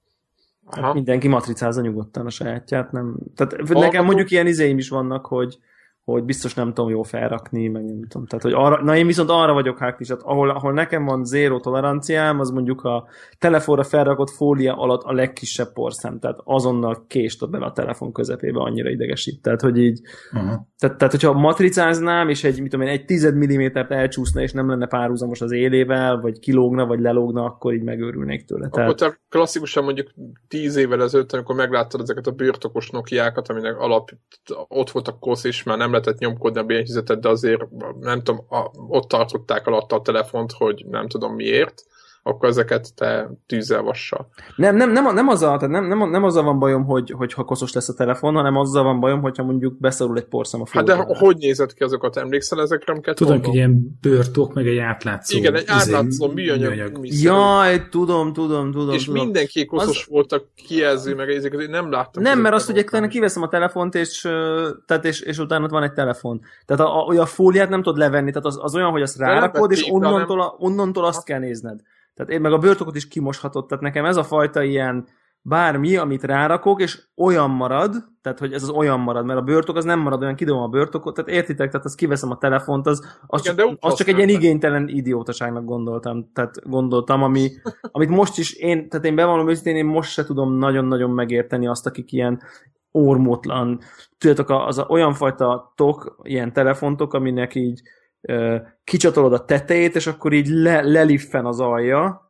[SPEAKER 2] Hát mindenki matricázza nyugodtan a sajátját. Nem. Tehát nekem mondjuk ilyen izéim is vannak, hogy biztos nem tudom jól felrakni, meg nem tudom. Tehát, hogy én viszont arra vagyok háklis, ahol nekem van zéró toleranciám, az mondjuk a telefonra felrakott fólia alatt a legkisebb porszem, tehát azonnal kést bele a telefon közepébe, annyira idegesít. Tehát, hogy így, tehát hogyha matricáznám, és egy 10 mm-t elcsúszna, és nem lenne párhuzamos az élével, vagy kilógna, vagy lelógna, akkor így megőrülnék tőle.
[SPEAKER 1] Akkor te klasszikusan mondjuk 10 évvel ezelőtt, amikor megláttad ezeket a birtokos Nokiákat, aminek ott volt a kosz, és már nem lehetett nyomkodni a billentyűzetet, de azért nem tudom, ott tartották alatta a telefont, hogy nem tudom miért, akkor ezeket te tűzzel vassal.
[SPEAKER 2] Nem azzal van bajom, hogy ha koszos lesz a telefon, hanem azzal van bajom, hogyha mondjuk beszorul egy porszem a fóliára.
[SPEAKER 1] Hát de hogy nézett ki azokat? Emlékszel ezekre, amiket
[SPEAKER 3] tudom, hogy ilyen bőrtok, meg egy átlátszó.
[SPEAKER 1] Igen, egy átlátszó műanyag.
[SPEAKER 2] Jaj, tudom.
[SPEAKER 1] És mindenki koszos voltak kijelző, meg ezeket nem láttam.
[SPEAKER 2] Nem, mert azt ugye kiveszem a telefont, és utána ott van egy telefon. Tehát a fóliát nem tudod levenni, tehát az olyan, hogy azt rárakod, és onnantól azt kell nézned. Tehát én meg a bőrtokot is kimoshatod, tehát nekem ez a fajta ilyen bármi, amit rárakok, és olyan marad, tehát hogy ez az olyan marad, mert a bőrtok az nem marad olyan, kidobom a bőrtokot, tehát értitek, tehát azt kiveszem a telefont, az csak egy ilyen igénytelen idiótaságnak gondoltam, amit most is tehát én bevallom őszintén, én most se tudom nagyon-nagyon megérteni azt, akik ilyen ormótlan, tudjátok, az olyan fajta ilyen telefontok, aminek így kicsatolod a tetejét, és akkor így leliffen az alja,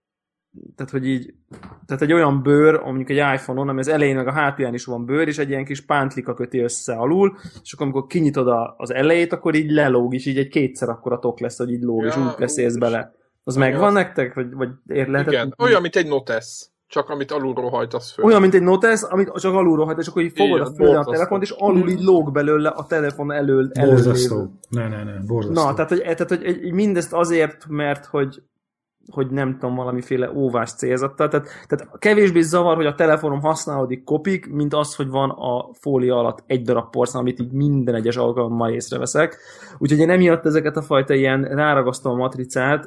[SPEAKER 2] tehát hogy így, tehát egy olyan bőr, mondjuk egy iPhone-on, ami az elején meg a hátulján is van bőr, és egy ilyen kis pántlika köti össze alul, és akkor amikor kinyitod az elejét, akkor így lelóg, és így egy kétszer akkora tok lesz, hogy így lóg, és úgy beszélsz bele. Az megvan nektek? Vagy
[SPEAKER 1] Igen, olyan, mint egy Notes. csak amit alulról hajtasz föl.
[SPEAKER 2] Olyan, mint egy Note-S, amit csak alulról hajtasz, és akkor így fogod a földön a telefont, és alul így lóg belőle a telefon elől.
[SPEAKER 3] Borzasztó. Ne, borzasztó.
[SPEAKER 2] Na, tehát hogy mindezt azért, mert hogy nem tudom, valamiféle óvás célzattal. Tehát kevésbé zavar, hogy a telefonom használódik kopik, mint az, hogy van a fólia alatt egy darab porszem, amit így minden egyes alkalommal észreveszek. Úgyhogy én emiatt ezeket a fajta ilyen ráragasztó matricát,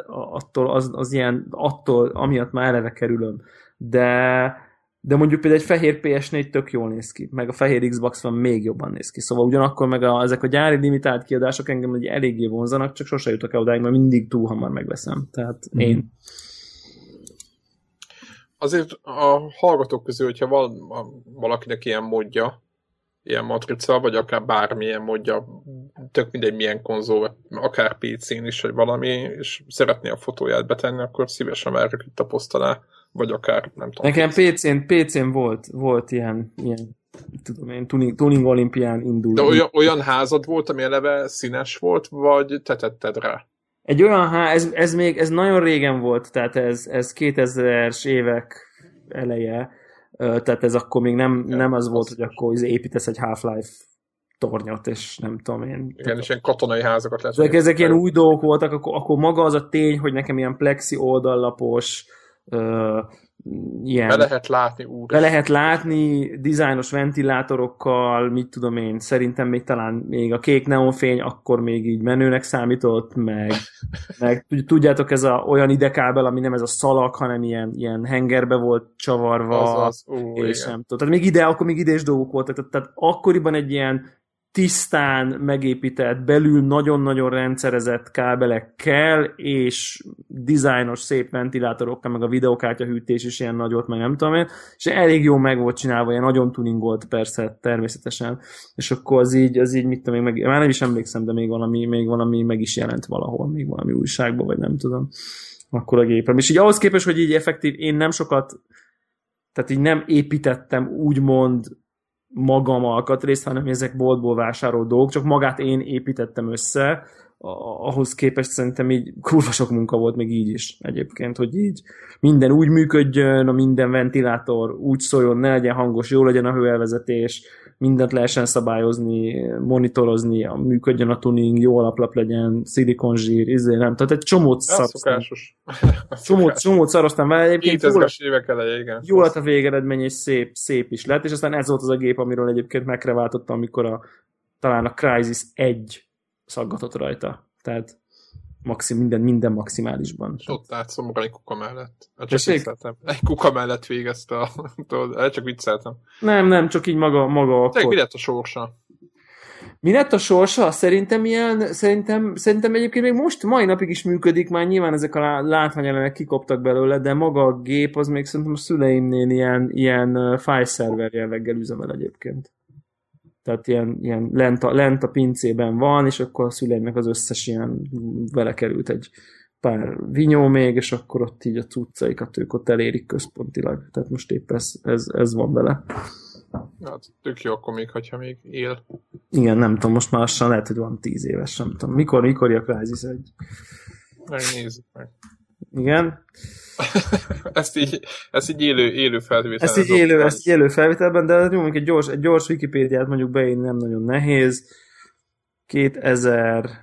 [SPEAKER 2] attól amiatt már eleve kerülöm. De mondjuk például egy fehér PS4 tök jól néz ki, meg a fehér Xbox van még jobban néz ki. Szóval ugyanakkor meg ezek a gyári limitált kiadások engem egy eléggé vonzanak, csak sose jutok el odáig, mert mindig túl hamar megveszem. Tehát én.
[SPEAKER 1] Azért a hallgatók közül, hogyha van valakinek ilyen modja, ilyen matrica, vagy akár bármilyen modja, tök mindegy milyen konzol, akár PC-n is, vagy valami, és szeretné a fotóját betenni, akkor szívesen várjuk itt a poszt alá, vagy akár, nem tudom.
[SPEAKER 2] Nekem PC-n volt ilyen tudom én, tuning olimpián indul.
[SPEAKER 1] De olyan házad volt, ami eleve színes volt, vagy te tetted rá?
[SPEAKER 2] Egy olyan ez nagyon régen volt, tehát ez 2000-es évek eleje, tehát ez akkor még nem az volt, hogy akkor építesz egy Half-Life tornyot, és nem tudom én.
[SPEAKER 1] Igen, és ilyen katonai házakat lesz.
[SPEAKER 2] Ezek ilyen új dolgok voltak, akkor maga az a tény, hogy nekem ilyen plexi oldallapos, ilyen... Be lehet látni dizájnos ventilátorokkal, mit tudom én, szerintem még talán még a kék neonfény akkor még így menőnek számított, meg tudjátok, ez olyan idekábel, ami nem ez a szalag, hanem ilyen hengerbe volt csavarva, és nem tudom. Tehát akkor még idés dolgok voltak, tehát akkoriban egy ilyen tisztán megépített, belül nagyon-nagyon rendszerezett kábelekkel, és dizájnos szép ventilátorokkal, meg a videokártya hűtés is ilyen nagyot, meg nem tudom én, és elég jó meg volt csinálva, ilyen nagyon tuningolt persze, természetesen, és akkor az így mit tudom én, már nem is emlékszem, de még valami meg is jelent valahol, még valami újságban, vagy nem tudom, akkor a gépem. És így ahhoz képest, hogy így effektív, én nem sokat, tehát így nem építettem úgymond magam alkatrészt, hanem ezek boltból vásárolt dolgok, csak magát én építettem össze, ahhoz képest szerintem így kurva sok munka volt még így is egyébként, hogy így minden úgy működjön, a minden ventilátor úgy szóljon, ne legyen hangos, jó legyen a hőelvezetés, mindent lehessen szabályozni, monitorozni, működjön a tuning, jó alaplap legyen, szilikonzsír, nem, tehát egy csomót szaroztam. Csomót szaroztam vele, egyébként jó lett a végeredmény, és szép is lett, és aztán ez volt az a gép, amiről egyébként megreváltottam, amikor talán a Crysis 1 szaggatott rajta. Tehát minden maximálisban.
[SPEAKER 1] És ott átszomorra egy kuka mellett. Egy kuka mellett végezte csak vicceltem.
[SPEAKER 2] Nem, csak így maga akkor.
[SPEAKER 1] Mi lett a sorsa?
[SPEAKER 2] Mi lett a sorsa? Szerintem egyébként még most, mai napig is működik, már nyilván ezek a látványelemek kikoptak belőle, de maga a gép az még szerintem a szüleimnél ilyen file server jelleggel üzemel egyébként. Tehát ilyen lent a pincében van, és akkor a szüleimnek az összes ilyen vele került egy pár vinyó még, és akkor ott így a cuccaikat ők ott elérik központilag. Tehát most épp ez van vele.
[SPEAKER 1] Hát tök jó, akkor még, hogyha még él.
[SPEAKER 2] Igen, nem tudom, most már lassan lehet, hogy van 10 éves, nem tudom. Mikor a Crysis 1?
[SPEAKER 1] Megnézzük meg.
[SPEAKER 2] Igen.
[SPEAKER 1] ezt így élő felvételben.
[SPEAKER 2] Ezt így élő felvételben, de mondjuk egy gyors Wikipédiát mondjuk beírni nem nagyon nehéz. 2007.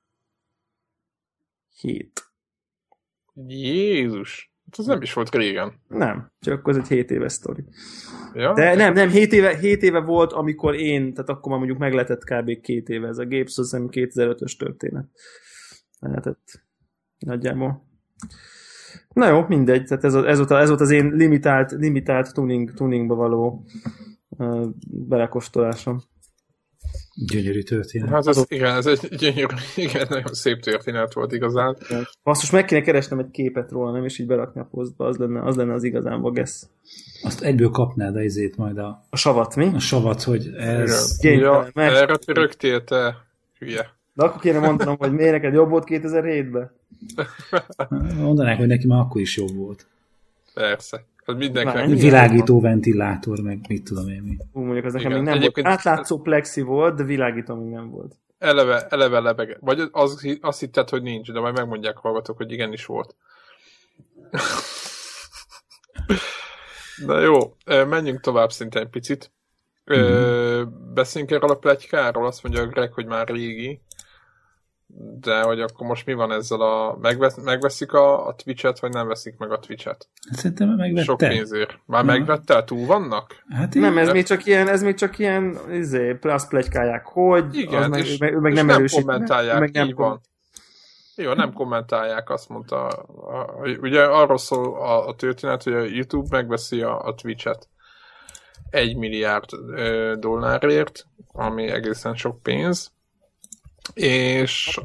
[SPEAKER 1] Jézus! Ez nem is volt régen.
[SPEAKER 2] Nem, csak az egy 7 éves sztori.
[SPEAKER 1] Ja?
[SPEAKER 2] De nem, 7 éve volt, amikor tehát akkor már mondjuk meglehetett kb. 2 éve ez a gép, szóval 2005-ös történet. Lehetett nagyjából. Na jó, mindegy, tehát ez volt az én limitált tuningba való belekóstolásom.
[SPEAKER 3] Gyönyörű történet.
[SPEAKER 1] Hát ez egy gyönyörű, igen, nagyon szép történet volt igazán.
[SPEAKER 2] Azt most meg kéne keresnem egy képet róla, nem is így berakni a posztba, az lenne az igazán vagesz.
[SPEAKER 3] Azt egyből kapnád a izét majd
[SPEAKER 2] a savat, mi?
[SPEAKER 3] A savat, hogy ez...
[SPEAKER 1] Ja, erre rögtél te, hülye.
[SPEAKER 2] De akkor kéne mondanom, hogy miért neked jobb volt 2007-ben?
[SPEAKER 3] Mondanák, hogy neki már akkor is jobb volt.
[SPEAKER 1] Persze. Hát
[SPEAKER 3] világító ventilátor, meg mit tudom én mi.
[SPEAKER 2] Mondjuk az nekem még nem volt. Átlátszó plexi volt, de világító még nem volt.
[SPEAKER 1] Eleve lebege. Vagy azt hitted, hogy nincs, de majd megmondják hallgatók, hogy igenis volt. De jó, menjünk tovább szinte egy picit. Beszéljünk erről a pletykáról, azt mondja a Greg, hogy már régi. De hogy akkor most mi van ezzel megveszik a Twitch-et, vagy nem veszik meg a Twitch-et?
[SPEAKER 3] Szerintem megvette.
[SPEAKER 1] Sok pénzért. Már megvettel? Túl vannak?
[SPEAKER 2] Hát nem, ez még csak ilyen plusz pletykálják, hogy
[SPEAKER 1] igen,
[SPEAKER 2] meg nem
[SPEAKER 1] erősít. Kommentálják, így van. Jó, nem kommentálják, azt mondta. Ugye arról szól a történet, hogy a YouTube megveszi a Twitch-et 1 milliárd dollárért, ami egészen sok pénz. És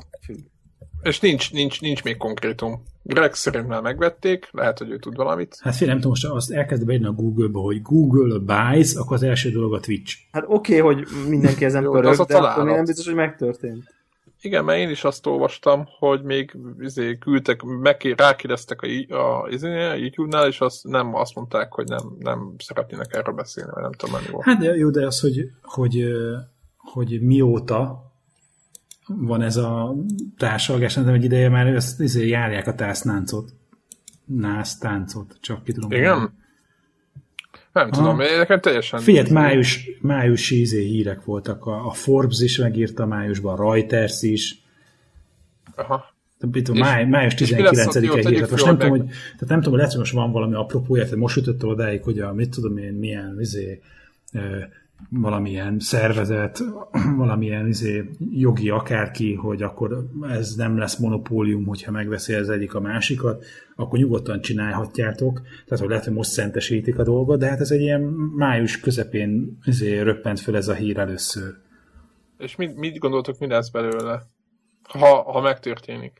[SPEAKER 1] nincs még konkrétum. Greg szerint már megvették, lehet, hogy ő tud valamit.
[SPEAKER 3] Hát fél, nem tudom, most azt elkezdve beírni a Google-ba, hogy Google buys, akkor az első dolog a Twitch.
[SPEAKER 2] Hát oké, hogy mindenki ezen pörög, de akkor nem biztos, hogy megtörtént.
[SPEAKER 1] Igen, mert én is azt olvastam, hogy még küldtek, rákérdeztek a YouTube-nál, és azt mondták, hogy nem szeretnének erről beszélni, vagy nem tudom menni volt.
[SPEAKER 3] Hát jó, de az, hogy mióta van ez a társalgás, nem egy ideje már ezt járják a táncot, csak ki tudom.
[SPEAKER 1] Igen? Nem tudom, nekem teljesen...
[SPEAKER 3] Figyelj, májusi hírek voltak, a Forbes is megírta májusban, a Reuters is.
[SPEAKER 1] Aha.
[SPEAKER 3] Május 19-e hír. Most nem tudom, hogy lehet, hogy most van valami apropója, tehát most jutott odáig, hogy mit tudom én, milyen valamilyen szervezet, valamilyen jogi akárki, hogy akkor ez nem lesz monopólium, hogyha megveszi az egyik a másikat, akkor nyugodtan csinálhatjátok. Tehát, hogy lehet, hogy most szentesítik a dolgot, de hát ez egy ilyen május közepén röppent föl ez a hír először.
[SPEAKER 1] És mit gondoltok, mi lesz belőle, ha megtörténik?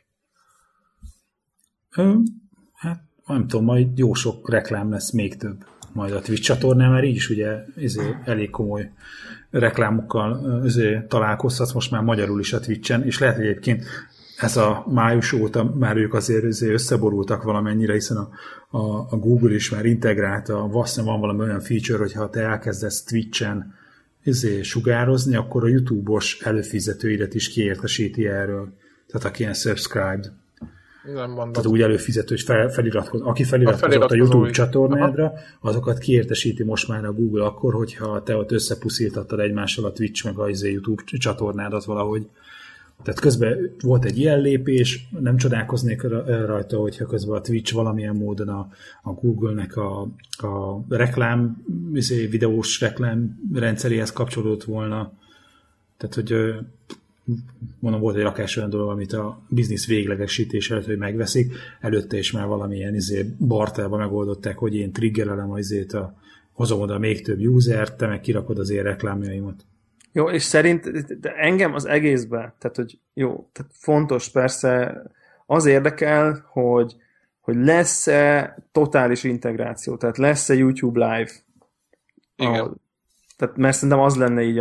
[SPEAKER 3] Hát nem tudom, majd jó sok reklám lesz, még több. Majd a Twitch csatornán már így is ugye elég komoly reklámokkal találkozhatsz most már magyarul is a Twitchen, és lehet, hogy egyébként ez a május óta már ők azért összeborultak valamennyire, hiszen a Google is már integrálta, valószínűleg van valami olyan feature, hogy ha te elkezdesz Twitchen sugározni, akkor a YouTube-os előfizetőidet is kiértesíti erről. Tehát aki ilyen subscribed. Tehát úgy előfizető, hogy aki feliratkozott a YouTube csatornádra, azokat kiértesíti most már a Google akkor, hogyha te ott összepuszítattad egymással a Twitch meg a YouTube csatornádat valahogy. Tehát közben volt egy ilyen lépés, nem csodálkoznék rajta, hogyha közben a Twitch valamilyen módon a Google-nek a reklám, videós reklám rendszeréhez kapcsolódott volna. Tehát, hogy mondom, volt egy rakás olyan dolog, amit a biznisz véglegesítés előtt, hogy megveszik, előtte is már valamilyen bartelba megoldották, hogy én triggerelem hozom oda még több usert, te meg kirakod az én reklámjaimat.
[SPEAKER 2] Jó, és de engem az egészben, tehát hogy jó, tehát fontos persze, az érdekel, hogy lesz-e totális integráció, tehát lesz-e YouTube Live.
[SPEAKER 1] Igen.
[SPEAKER 2] Tehát mert szerintem az lenne így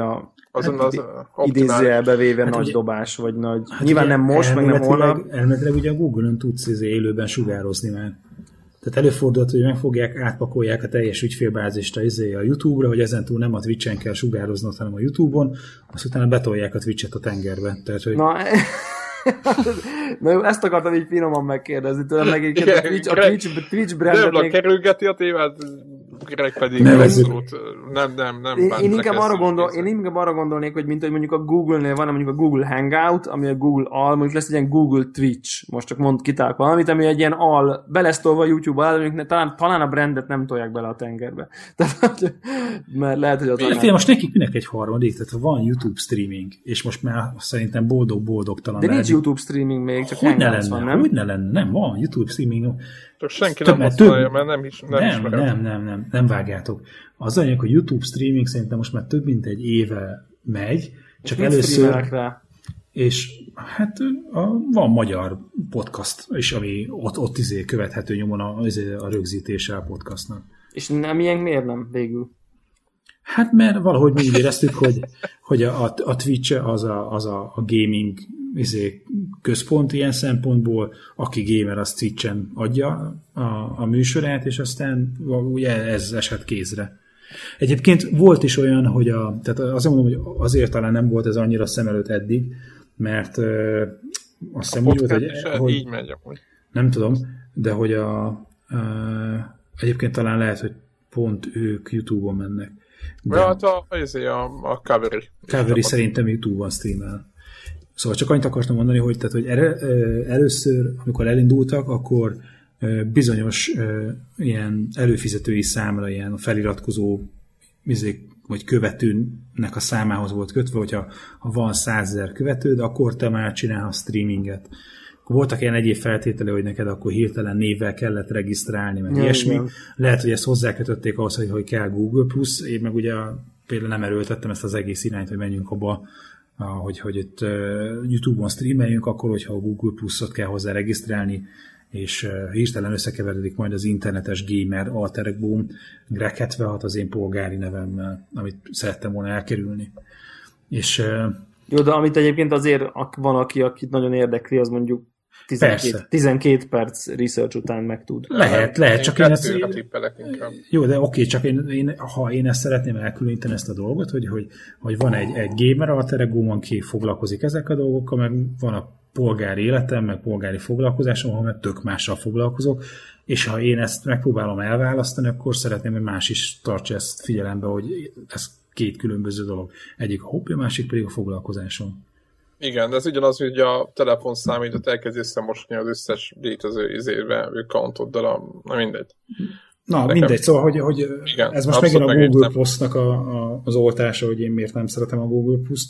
[SPEAKER 2] idézőjelbe véve nagy dobás, vagy nagy... Nyilván nem most, meg nem holnap.
[SPEAKER 3] Elméletileg ugye a Google-ön tudsz élőben sugározni már. Tehát előfordult, hogy átpakolják a teljes ügyfélbázist a YouTube-ra, hogy ezentúl nem a Twitch-en kell sugároznod, hanem a YouTube-on, azt utána betolják a Twitch-et a tengerbe. Tehát, hogy...
[SPEAKER 2] Na jó, ezt akartam így finoman megkérdezni tőlem, meg így a Twitch brandet
[SPEAKER 1] még... kerülgeti a témát, Greg pedig nem
[SPEAKER 2] én inkább arra gondolnék, hogy mint hogy mondjuk a Google-nél van mondjuk a Google Hangout, ami a Google mondjuk lesz egy ilyen Google Twitch, most csak kitálok valamit, ami egy ilyen belesztolva a YouTube-ba, talán a brandet nem tolják bele a tengerbe. Tehát, mert lehet, hogy az...
[SPEAKER 3] Most nekik minek egy harmadik, tehát van YouTube streaming, és most már szerintem boldog-boldogtalan.
[SPEAKER 2] De nincs YouTube streaming még, csak Hangouts van, nem?
[SPEAKER 3] Hogy ne lenne, nem, van YouTube streaming.
[SPEAKER 1] Csak senki nem használja, mert nem ismered.
[SPEAKER 3] Nem vágjátok. Az anyag, hogy YouTube streaming szerintem most már több mint egy éve megy, csak először... És hát van magyar podcast, és ami ott követhető nyomon a rögzítése a podcastnak.
[SPEAKER 2] És nem ilyen miért nem végül?
[SPEAKER 3] Hát mert valahogy mi úgy éreztük, hogy a Twitch az a gaming központ ilyen szempontból, aki gamer, az Twitchen adja a műsorát, és aztán ugye ez esett kézre. Egyébként volt is olyan, hogy tehát azt mondom, hogy azért talán nem volt ez annyira szem előtt eddig, mert azt hiszem úgy volt, hogy
[SPEAKER 1] így megy amúgy.
[SPEAKER 3] Nem tudom, de hogy egyébként talán lehet, hogy pont ők YouTube-on mennek.
[SPEAKER 1] De hát a Cavalry.
[SPEAKER 3] Cavalry szerintem YouTube-on streamel. Szóval csak annyit akartam mondani, hogy először, amikor elindultak, akkor bizonyos ilyen előfizetői számra ilyen feliratkozó vagy követőnek a számához volt kötve, hogyha van 100 000 követőd, akkor te már csinálhatsz streaminget. Voltak ilyen egyéb feltétele, hogy neked akkor hirtelen névvel kellett regisztrálni, meg ilyesmi. Lehet, hogy ezt hozzákötötték ahhoz, hogy kell Google+. Én meg ugye például nem erőltettem ezt az egész irányt, hogy menjünk abba, hogy itt YouTube-on streameljünk, akkor, hogyha a Google Plus-ot kell hozzá regisztrálni, és hirtelen összekeveredik majd az internetes gamer alter ego Greg 76 az én polgári nevemmel, amit szerettem volna elkerülni. És,
[SPEAKER 2] jó, de amit egyébként azért van, akit nagyon érdekli, az mondjuk 12 perc research után megtud.
[SPEAKER 3] Lehet, csak én ezt... Jó, de oké, csak ha én ezt szeretném elkülöníteni ezt a dolgot, hogy van egy gamer alter ego, aki foglalkozik ezek a dolgokkal, meg van a polgári életem, meg polgári foglalkozásom, ahol meg tök mással foglalkozok, és ha én ezt megpróbálom elválasztani, akkor szeretném, hogy más is tartsa ezt figyelembe, hogy ez két különböző dolog. Egyik a hobbi, a másik pedig a foglalkozásom.
[SPEAKER 1] Igen, de ez ugyanaz, hogy a telefonszámítót elkezd összemosni az összes létező accountoddal, na mindegy.
[SPEAKER 3] Na, mindegy, szóval, hogy igen, ez most megint a Google Plus-nak az oltása, hogy én miért nem szeretem a Google Plus-t.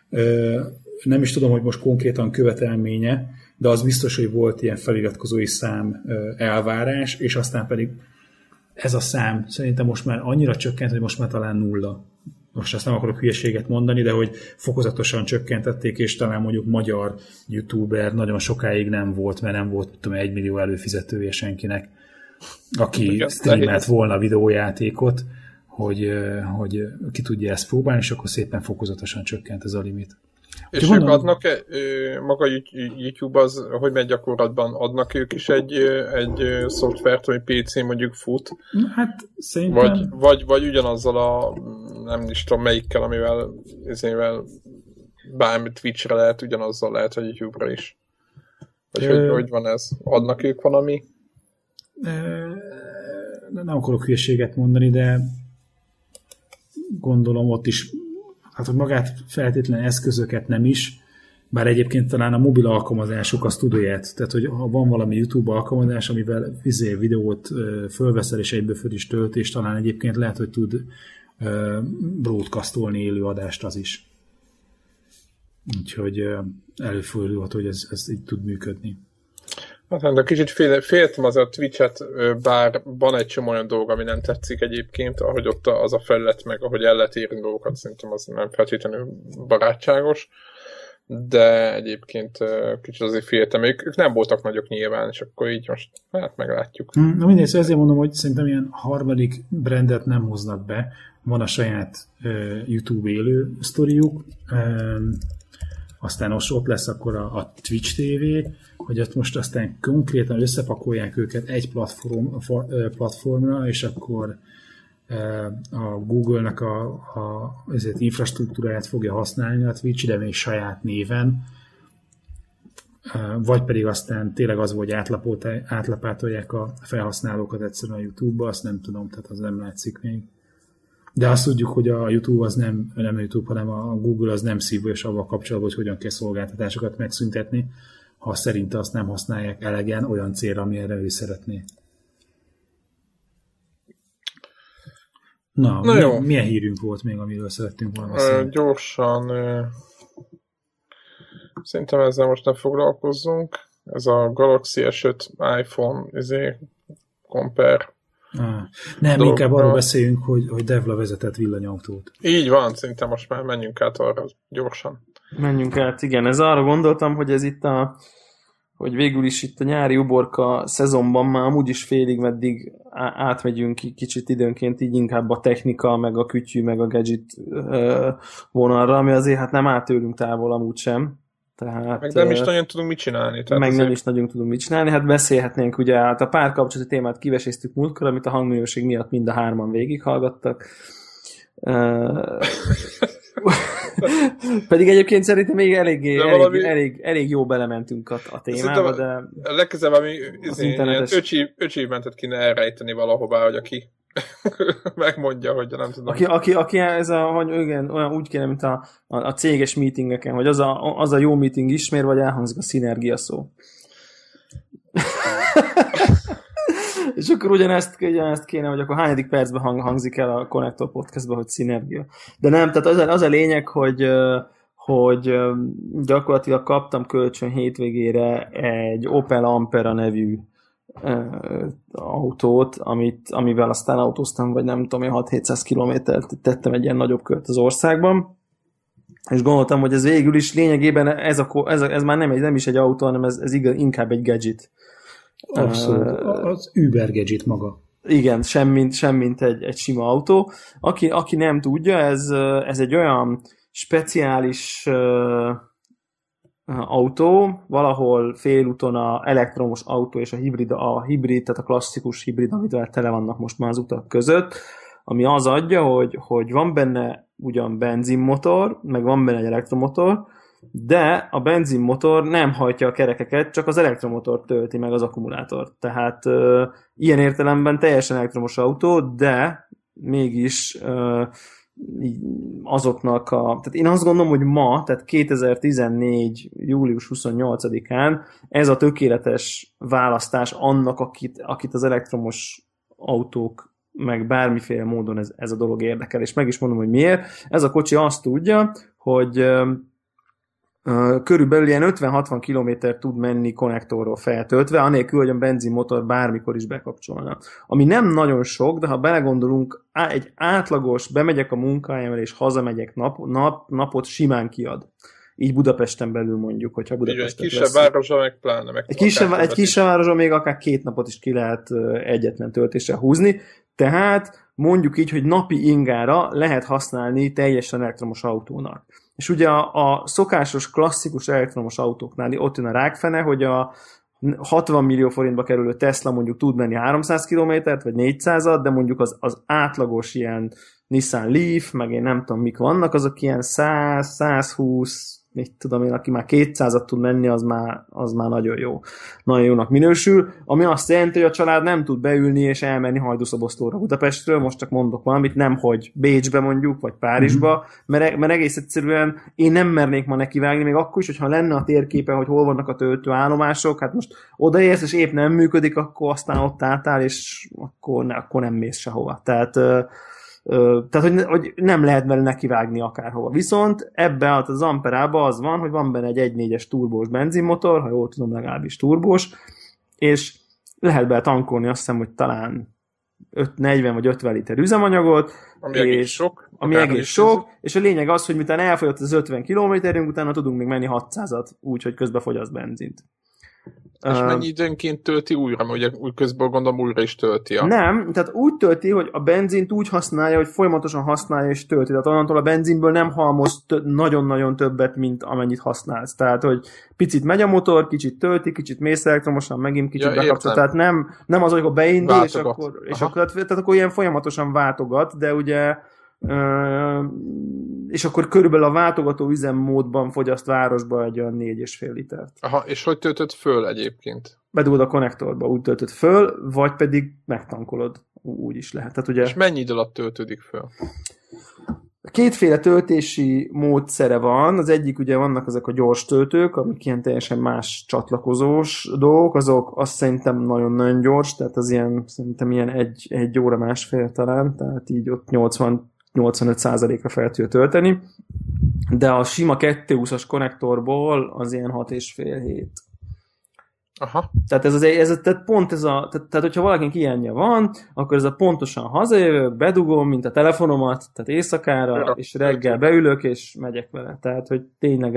[SPEAKER 3] Nem is tudom, hogy most konkrétan követelménye, de az biztos, hogy volt ilyen feliratkozói szám elvárás, és aztán pedig ez a szám szerintem most már annyira csökkent, hogy most már talán 0. Most azt nem akarok hülyeséget mondani, de hogy fokozatosan csökkentették, és talán mondjuk magyar youtuber nagyon sokáig nem volt, mert nem volt, tudom, 1 millió előfizetője senkinek, aki streamelt volna videójátékot, hogy ki tudja ezt próbálni, és akkor szépen fokozatosan csökkent ez a limit.
[SPEAKER 1] És ők adnak-e, maga YouTube az, hogy megy gyakorlatban, adnak ők is egy szoftvert, hogy PC mondjuk fut?
[SPEAKER 3] Hát szerintem...
[SPEAKER 1] Vagy ugyanazzal a, nem is tudom melyikkel, amivel bármi Twitchre lehet, ugyanazzal lehet, hogy YouTube-ra is. Vagy hogy van ez? Adnak ők valami?
[SPEAKER 3] Nem akarok hülyeséget mondani, de gondolom ott is, hát hogy magát feltétlenül eszközöket nem is, bár egyébként talán a mobil alkalmazások azt tud olyat, tehát hogy ha van valami YouTube alkalmazás, amivel videót fölveszel és egyből föl is tölt, és talán egyébként lehet, hogy tud broadcastolni élő adást az is. Úgyhogy előfordulhat, hogy ez így tud működni.
[SPEAKER 1] Hát, de kicsit féltem az a Twitch-et, bár van egy csomó olyan dolog, ami nem tetszik egyébként, ahogy ott az a felület, meg ahogy el lehet írni dolgokat, szerintem az nem feltétlenül barátságos, de egyébként kicsit azért féltem. Ők nem voltak nagyok nyilván, és akkor így most hát meglátjuk.
[SPEAKER 3] Na mindegy, szóval ezért mondom, hogy szerintem ilyen harmadik brandet nem hoznak be. Van a saját YouTube élő sztoriuk, aztán ott lesz akkor a Twitch TV, hogy ott most aztán konkrétan összepakolják őket egy platformra, és akkor a Google-nek ezért infrastruktúráját fogja használni a Twitch, de még saját néven, vagy pedig aztán tényleg az, hogy átlapátolják a felhasználókat egyszerűen a YouTube-ba, azt nem tudom, tehát az nem látszik még. De azt tudjuk, hogy a YouTube az nem YouTube, hanem a Google az nem szívós avval kapcsolatban, hogy hogyan kell szolgáltatásokat megszüntetni, ha szerinte azt nem használják elegen olyan célra, amire ő szeretné. Na jó. Milyen hírünk volt még, amiről szerettünk volna beszélni?
[SPEAKER 1] Gyorsan. Szerintem ezzel most nem foglalkozzunk. Ez a Galaxy S5 iPhone compare.
[SPEAKER 3] Nem, inkább arról beszéljünk, hogy Devla vezetett villanyautót.
[SPEAKER 1] Így van, szerintem most már menjünk át arra gyorsan.
[SPEAKER 2] Menjünk át, igen. Ez arra gondoltam, hogy ez itt hogy végül is itt a nyári uborka szezonban már amúgy is félig meddig átmegyünk kicsit időnként így inkább a technika, meg a kütyű, meg a gadget vonalra, ami azért hát nem áll tőlünk távol amúgy sem. Tehát,
[SPEAKER 1] meg nem is nagyon tudunk mit csinálni.
[SPEAKER 2] Nem is nagyon tudunk mit csinálni. Hát beszélhetnénk, ugye hát a párkapcsolati témát kiveséztük múltkor, amit a hangminőség miatt mind a hárman végighallgattak. Pedig egyébként szerintem még elég jó belementünk a témába, de
[SPEAKER 1] legközelebb ami öcsívmentet kéne elrejteni valahová, hogy aki Megmondja, hogy nem tudom.
[SPEAKER 2] Aki ez igen, olyan úgy kéne, mint a céges meetingeken, hogy az a jó meeting ismér, vagy elhangzik a szinergia szó. És akkor ugyanezt kéne, hogy akkor hányadik percben hangzik el a Connector Podcastban, hogy szinergia. De nem, tehát az a lényeg, hogy gyakorlatilag kaptam kölcsön hétvégére egy Opel Ampera nevű autót, amivel aztán autóztam, vagy nem tudom, 6-700 kilométert tettem egy ilyen nagyobb kört az országban, és gondoltam, hogy ez végül is lényegében ez már nem is egy autó, hanem ez inkább egy gadget.
[SPEAKER 3] Abszolút, az Uber gadget maga.
[SPEAKER 2] Igen, semmint egy sima autó. Aki nem tudja, ez egy olyan speciális autó, valahol félúton a elektromos autó és a hibrid, tehát a klasszikus hibrid, amivel tele vannak most már az utak között, ami az adja, hogy van benne ugyan benzinmotor, meg van benne egy elektromotor, de a benzinmotor nem hajtja a kerekeket, csak az elektromotor tölti meg az akkumulátort. Tehát ilyen értelemben teljesen elektromos autó, de mégis azoknak tehát én azt gondolom, hogy ma, tehát 2014. július 28-án ez a tökéletes választás annak, akit az elektromos autók meg bármiféle módon ez a dolog érdekel, és meg is mondom, hogy miért. Ez a kocsi azt tudja, hogy körülbelül ilyen 50-60 kilométer tud menni konnektorról feltöltve, anélkül, hogy a benzinmotor bármikor is bekapcsolna. Ami nem nagyon sok, de ha belegondolunk, egy átlagos, bemegyek a munkahelyemre és hazamegyek napot simán kiad. Így Budapesten belül mondjuk, hogyha Budapestet
[SPEAKER 1] egy kisebb városra meg pláne. Meg
[SPEAKER 2] egy kisebb városra még akár 2 napot is ki lehet egyetlen töltéssel húzni, tehát mondjuk így, hogy napi ingára lehet használni teljesen elektromos autónak. És ugye a szokásos, klasszikus elektromos autóknál ott jön a rákfene, hogy a 60 millió forintba kerülő Tesla mondjuk tud menni 300 kilométert, vagy 400-at, de mondjuk az átlagos ilyen Nissan Leaf, meg én nem tudom mik vannak, azok ilyen 100, 120, mit tudom én, aki már 200-at tud menni, az már nagyon jó. Nagyon jónak minősül, ami azt jelenti, hogy a család nem tud beülni és elmenni Hajdúszoboszlóra Budapestről, most csak mondok valamit, nemhogy Bécsbe mondjuk, vagy Párizsba, mert egész egyszerűen én nem mernék ma nekivágni, még akkor is, hogyha lenne a térképen, hogy hol vannak a töltőállomások, hát most odaérsz, és épp nem működik, akkor aztán ott álltál, és akkor nem mész sehova. Tehát hogy nem lehet vele nekivágni akárhova. Viszont ebbe az Amperába az van, hogy van benne egy 1.4-es turbós benzinmotor, ha jól tudom, legalábbis turbós, és lehet bele tankolni, azt hiszem, hogy talán 40 vagy 50 liter üzemanyagot,
[SPEAKER 1] ami egész sok.
[SPEAKER 2] És a lényeg az, hogy miután elfogyott az 50 kilométerünk, utána tudunk még menni 600-at, úgyhogy közben fogyaszt benzint.
[SPEAKER 1] És mennyi időnként tölti újra? Mert ugye úgy közben gondolom újra is tölti.
[SPEAKER 2] Nem, tehát úgy tölti, hogy a benzint úgy használja, hogy folyamatosan használja és tölti. Tehát onnantól a benzinből nem halmoz nagyon-nagyon többet, mint amennyit használsz. Tehát, hogy picit megy a motor, kicsit tölti, kicsit mész elektromosan, megint kicsit bekapcsol. Tehát nem az, hogy akkor beindul, és akkor ilyen folyamatosan váltogat, de ugye és akkor körülbelül a váltogató üzemmódban fogyaszt városba egy olyan 4,5 litert.
[SPEAKER 1] Aha, és hogy töltöd föl egyébként?
[SPEAKER 2] Bedugod a konnektorba, úgy töltöd föl, vagy pedig megtankolod, úgy is lehet. Tehát ugye,
[SPEAKER 1] és mennyi idő alatt töltődik föl?
[SPEAKER 2] Kétféle töltési módszere van, az egyik ugye vannak ezek a gyors töltők, amik ilyen teljesen más csatlakozós dolgok, azok azt szerintem nagyon-nagyon gyors, tehát az ilyen, szerintem ilyen egy óra másfél talán, tehát így ott 85%-ra fel tudja tölteni, de a sima 220-as konnektorból az ilyen 6,5-7.
[SPEAKER 1] Aha.
[SPEAKER 2] Tehát tehát hogyha valakinek ilyenje van, akkor ez a pontosan hazajövök, bedugom, mint a telefonomat, tehát éjszakára, és reggel beülök, és megyek vele. Tehát, hogy tényleg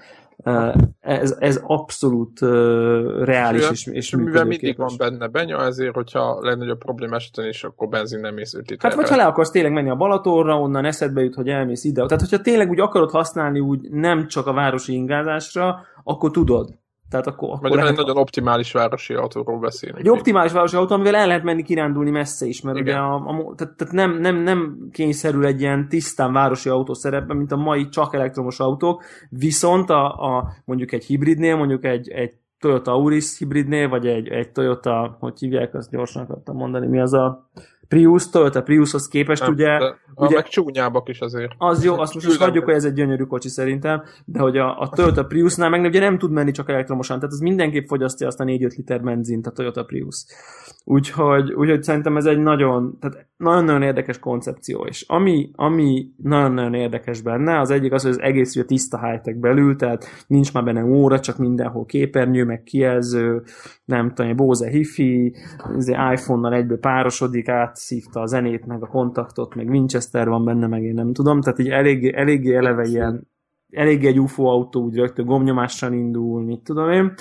[SPEAKER 2] ez abszolút reális és működőképes.
[SPEAKER 1] Mivel mindig van benne benya, ezért, hogyha legnagyobb probléma esetén is, akkor benzin nem mész 5 literre.
[SPEAKER 2] Hát vagy ha le akarsz tényleg menni a Balatonra, onnan eszedbe jut, hogy elmész ide. Tehát, hogyha tényleg úgy akarod használni úgy nem csak a városi ingázásra, akkor tudod. Tehát akkor
[SPEAKER 1] egy nagyon optimális városi autóról beszélünk.
[SPEAKER 2] Egy optimális városi autó, amivel el lehet menni kirándulni messze is, mert igen. Ugye tehát nem kényszerül egy ilyen tisztán városi autó szerepben, mint a mai csak elektromos autók, viszont mondjuk egy hibridnél, mondjuk egy Toyota Auris hibridnél, vagy egy Toyota, hogy hívják, azt gyorsan akartam mondani, mi az a Toyota Priushoz képest nem, ugye...
[SPEAKER 1] meg csúnyábbak is azért.
[SPEAKER 2] Az jó, azt most hagyjuk, hogy ez egy gyönyörű kocsi szerintem, de hogy a Toyota Priusnál meg ugye nem tud menni csak elektromosan, tehát az mindenképp fogyasztja azt a 4-5 liter benzint a Toyota Prius. Úgyhogy szerintem ez egy nagyon-nagyon érdekes koncepció, és ami nagyon-nagyon érdekes benne, az egyik az, hogy az egész ugye tiszta high-tech belül, tehát nincs már benne óra, csak mindenhol képernyő, meg kijelző, nem tudom, Bose Hi-Fi, iPhone-nal egyből párosodik, átszívta a zenét, meg a kontaktot, meg Winchester van benne, meg én nem tudom, tehát így eléggé eleve ilyen, eléggé egy UFO autó, úgy rögtön gombnyomással indul, mit tudom én,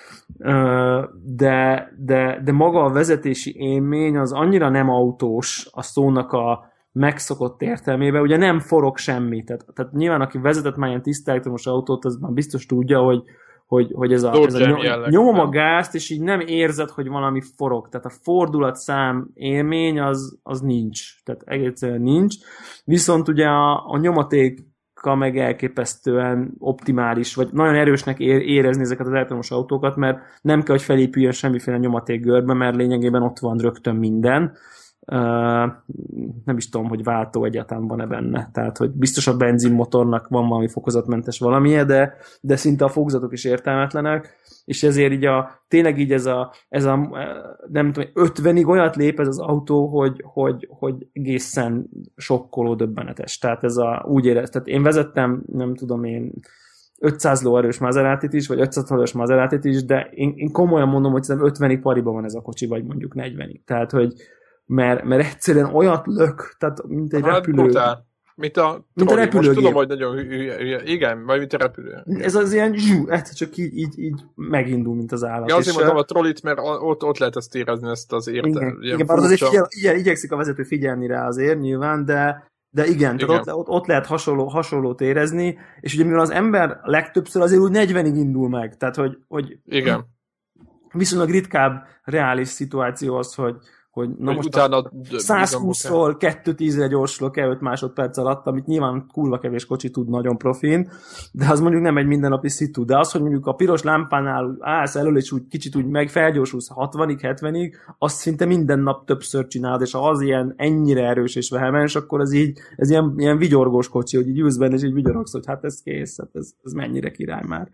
[SPEAKER 2] de maga a vezetési élmény az annyira nem autós a szónak a megszokott értelmében, ugye nem forog semmi, tehát nyilván aki vezetett már ilyen tiszta elektromos autót, az már biztos tudja, hogy ez a nyomom a gázt, és így nem érzed, hogy valami forog. Tehát a fordulatszám élmény az nincs. Tehát egyszerűen nincs. Viszont ugye a nyomatéka meg elképesztően optimális, vagy nagyon erősnek érezni ezeket az elektromos autókat, mert nem kell, hogy felépüljön semmiféle nyomatékgörbe, mert lényegében ott van rögtön minden. Nem is tudom, hogy váltó egyáltalán van-e benne. Tehát, hogy biztos a benzinmotornak van valami fokozatmentes valamilyen, de szinte a fokozatok is értelmetlenek, és ezért így tényleg így ez a nem tudom, 50-ig olyat lép ez az autó, hogy egészen sokkoló, döbbenetes. Tehát úgy érez, tehát én vezettem, nem tudom én, 500 lóerős Maseratit is, vagy 500 lóerős Maseratit is, de én komolyan mondom, hogy 50-ig pariban van ez a kocsi, vagy mondjuk 40-ig. Tehát, hogy mert egyszerűen olyat lök, tehát mint egy repülő.
[SPEAKER 1] Brutál. Mint a repülőgép. Most tudom, hogy nagyon hülye. Igen, vagy mint a repülő.
[SPEAKER 2] Ez az ilyen egyszer csak így megindul, mint az állat.
[SPEAKER 1] Ja, azért mondom a trollit, mert ott lehet ezt érezni, ezt az értelmet.
[SPEAKER 2] Igen, bár azért igyekszik a vezető figyelni rá azért nyilván, de igen. Tehát ott lehet hasonlót érezni, és ugye mivel az ember legtöbbször azért úgy 40-ig indul meg, tehát hogy
[SPEAKER 1] igen.
[SPEAKER 2] Viszonylag ritkább reális szituáció az, hogy na most 120-ról 210-re gyorsulok el 5 másodperc alatt, amit nyilván kurva kevés kocsi tud nagyon profin, de az mondjuk nem egy mindennapi szitu. De az, hogy mondjuk a piros lámpánál állsz elől, és úgy kicsit úgy meg felgyorsulsz 60-ig, 70-ig, azt szinte minden nap többször csinálod, és ha az ilyen ennyire erős és vehemens, akkor ez ilyen vigyorgós kocsi, hogy így ülsz benne, és így vigyorogsz, hogy hát ez kész, hát ez mennyire király már.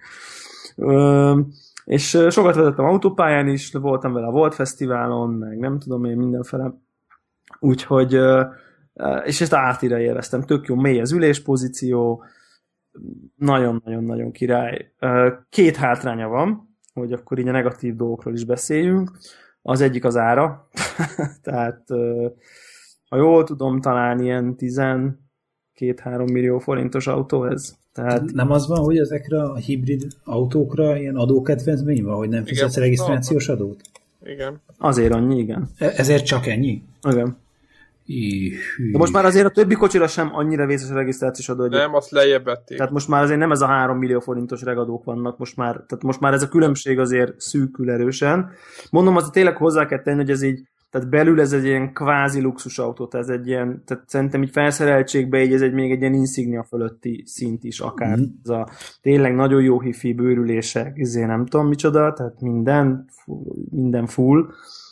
[SPEAKER 2] És sokat vezettem autópályán is, voltam vele a Volt Fesztiválon, meg nem tudom én mindenfele. Úgyhogy, és ezt átire éreztem, tök jó, mély az üléspozíció, nagyon-nagyon-nagyon király. 2 hátránya van, hogy akkor így a negatív dolgokról is beszéljünk. Az egyik az ára, tehát ha jól tudom, talán ilyen 12-3 millió forintos autó ez. Tehát
[SPEAKER 3] nem az van, hogy ezekre a hibrid autókra ilyen adókedvezmény van, hogy nem fizetsz regisztrációs adót?
[SPEAKER 1] Igen.
[SPEAKER 2] Azért annyi, igen.
[SPEAKER 3] Ezért csak ennyi?
[SPEAKER 2] Igen. De most már azért a többi kocsira sem annyira vészes a regisztrációs adó.
[SPEAKER 1] Nem, azt lejjebb vették.
[SPEAKER 2] Tehát most már azért nem ez a 3 millió forintos regadók vannak, most már ez a különbség azért szűkül erősen. Mondom, azért tényleg hozzá kell tenni, hogy ez így, tehát belül ez egy ilyen kvázi luxusautó, tehát ez egy ilyen, tehát szerintem így felszereltségben így ez még egy ilyen insignia fölötti szint is akár. Ez a tényleg nagyon jó hifi bőrülések, nem tudom micsoda, tehát minden full.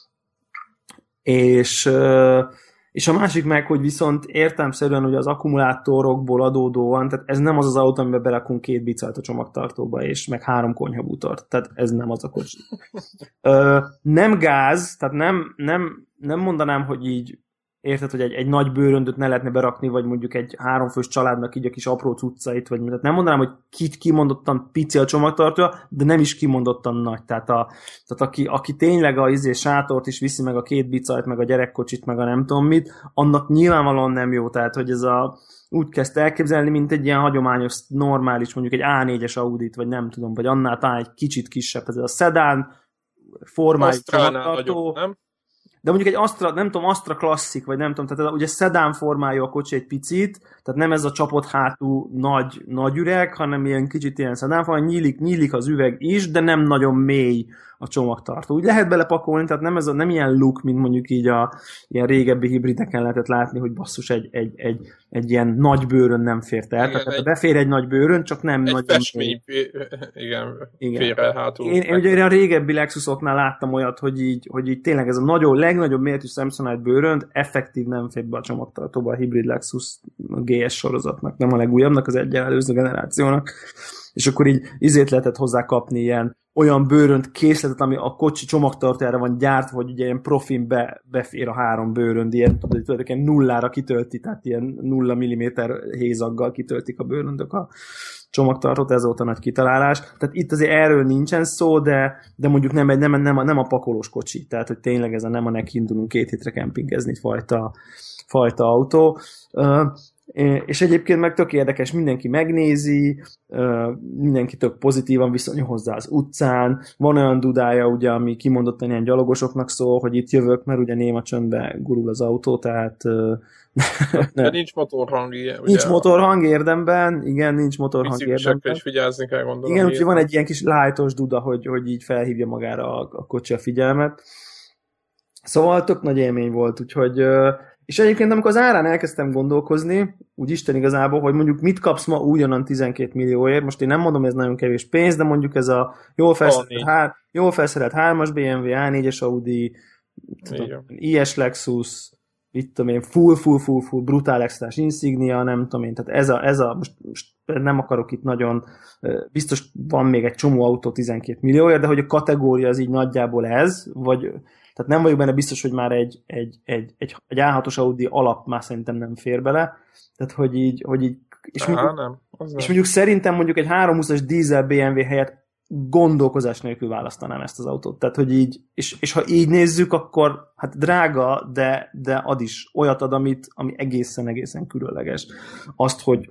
[SPEAKER 2] És a másik meg, hogy viszont értelemszerűen ugye az akkumulátorokból adódóan, tehát ez nem az az autó, amiben berakunk 2 bicajt a csomagtartóba, és meg 3 konyhabútort. Tehát ez nem az a kocsi. Nem gáz, tehát nem mondanám, hogy így érted, hogy egy nagy bőröndöt ne lehetne berakni, vagy mondjuk egy 3 fős családnak így a kis apró cuccait, vagy tehát nem mondanám, hogy kimondottan pici a csomagtartója, de nem is kimondottan nagy. Tehát aki tényleg a sátort is viszi, meg a 2 bicajt, meg a gyerekkocsit, meg a nem tudom mit, annak nyilvánvalóan nem jó. Tehát, hogy ez úgy kezdte elképzelni, mint egy ilyen hagyományos, normális, mondjuk egy A4-es Audit, vagy nem tudom, vagy annál talán egy kicsit kisebb. Ez a szedán formájú csomagtartó. Nem? De mondjuk egy Astra, nem tudom, Astra Classic, vagy nem tudom, tehát ugye szedán formájú a kocsi egy picit, tehát nem ez a csapott hátú nagy üreg, hanem ilyen kicsit ilyen szedán formájú, nyílik az üveg is, de nem nagyon mély a csomagtartó. Úgy lehet belepakolni, tehát nem ilyen look, mint mondjuk így ilyen régebbi hibrideken lehetett látni, hogy basszus egy ilyen nagy bőrön nem fért el. Igen, tehát befér egy nagy bőrön, csak nem
[SPEAKER 1] egy
[SPEAKER 2] nagy...
[SPEAKER 1] Festmény, igen, fér el hátul.
[SPEAKER 2] Én ugye a régebbi Lexusoknál láttam olyat, hogy így tényleg ez a legnagyobb méretű Samsonite bőrönt effektív nem fér be a csomagtartóba a hibrid Lexus GS sorozatnak, nem a legújabbnak, az egyen előző generációnak. És akkor így lehetett hozzá kapni ilyen olyan bőrönt készletet, ami a kocsi csomagtartójára van gyártva, hogy ugye ilyen profin befér a 3 bőrönt, ilyen tulajdonképpen nullára kitölti, tehát ilyen 0 mm hézaggal kitöltik a bőröntök a csomagtartót, ez volt a nagy kitalálás. Tehát itt azért erről nincsen szó, de mondjuk nem a pakolós kocsi, tehát hogy tényleg ez nem a nekindulunk 2 hétre kempingezni fajta autó. És egyébként meg tök érdekes, mindenki megnézi, mindenki tök pozitívan viszonyul hozzá az utcán, van olyan dudája, ugye, ami kimondottan ilyen gyalogosoknak szól, hogy itt jövök, mert ugye néma csöndbe gurul az autó, tehát...
[SPEAKER 1] De nincs motorhang, ugye?
[SPEAKER 2] Nincs motorhang érdemben, igen, nincs motorhang érdemben.
[SPEAKER 1] Is figyelni kell, gondolom.
[SPEAKER 2] Igen, úgyhogy van egy ilyen kis lájtos duda, hogy így felhívja magára a kocsi a figyelmet. Szóval tök nagy élmény volt, úgyhogy... És egyébként, amikor az árán elkezdtem gondolkozni, úgy Isten igazából, hogy mondjuk mit kapsz ma ugyanan 12 millióért, most én nem mondom, hogy ez nagyon kevés pénz, de mondjuk ez a jól felszerelt 3-as BMW, A4-es Audi, IS Lexus, itt tudom én, full brutál extrás Insignia, nem tudom én, tehát ez a most nem akarok itt nagyon, biztos van még egy csomó autó 12 millióért, de hogy a kategória az így nagyjából ez, vagy tehát nem vagyok benne biztos, hogy már egy A6-os Audi alap már szerintem nem fér bele. Tehát, hogy így és mondjuk szerintem mondjuk egy 320-as dízel BMW helyett gondolkozás nélkül választanám ezt az autót. Tehát, hogy így, és ha így nézzük, akkor hát drága, de ad is olyat ad, ami egészen különleges. Azt, hogy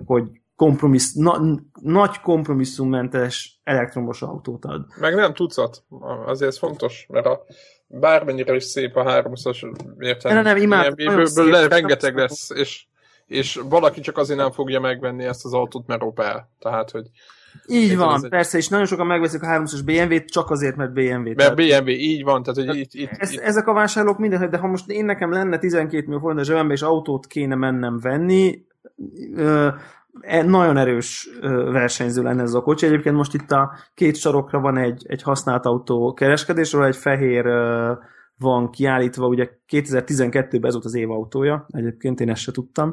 [SPEAKER 2] nagy kompromisszummentes elektromos autót ad.
[SPEAKER 1] Meg nem tucat. Azért ez fontos, mert bármennyire is szép a 320-as BMW-ből rengeteg lesz, és valaki csak azért nem fogja megvenni ezt az autót, mert Opel. Tehát, hogy
[SPEAKER 2] így van, persze, és nagyon sokan megveszik a 320-as BMW-t csak azért, mert BMW.
[SPEAKER 1] Mert BMW, így van. Tehát, hogy
[SPEAKER 2] ezek a vásárlók minden, de ha most én nekem lenne 12 millió forint a zsebembe, és autót kéne mennem venni, nagyon erős versenyző lenne ez a kocsi. Egyébként most itt a 2 sarokra van egy használt autó kereskedésről, egy fehér van kiállítva, ugye 2012-ben ez volt az év autója, egyébként én ezt se tudtam.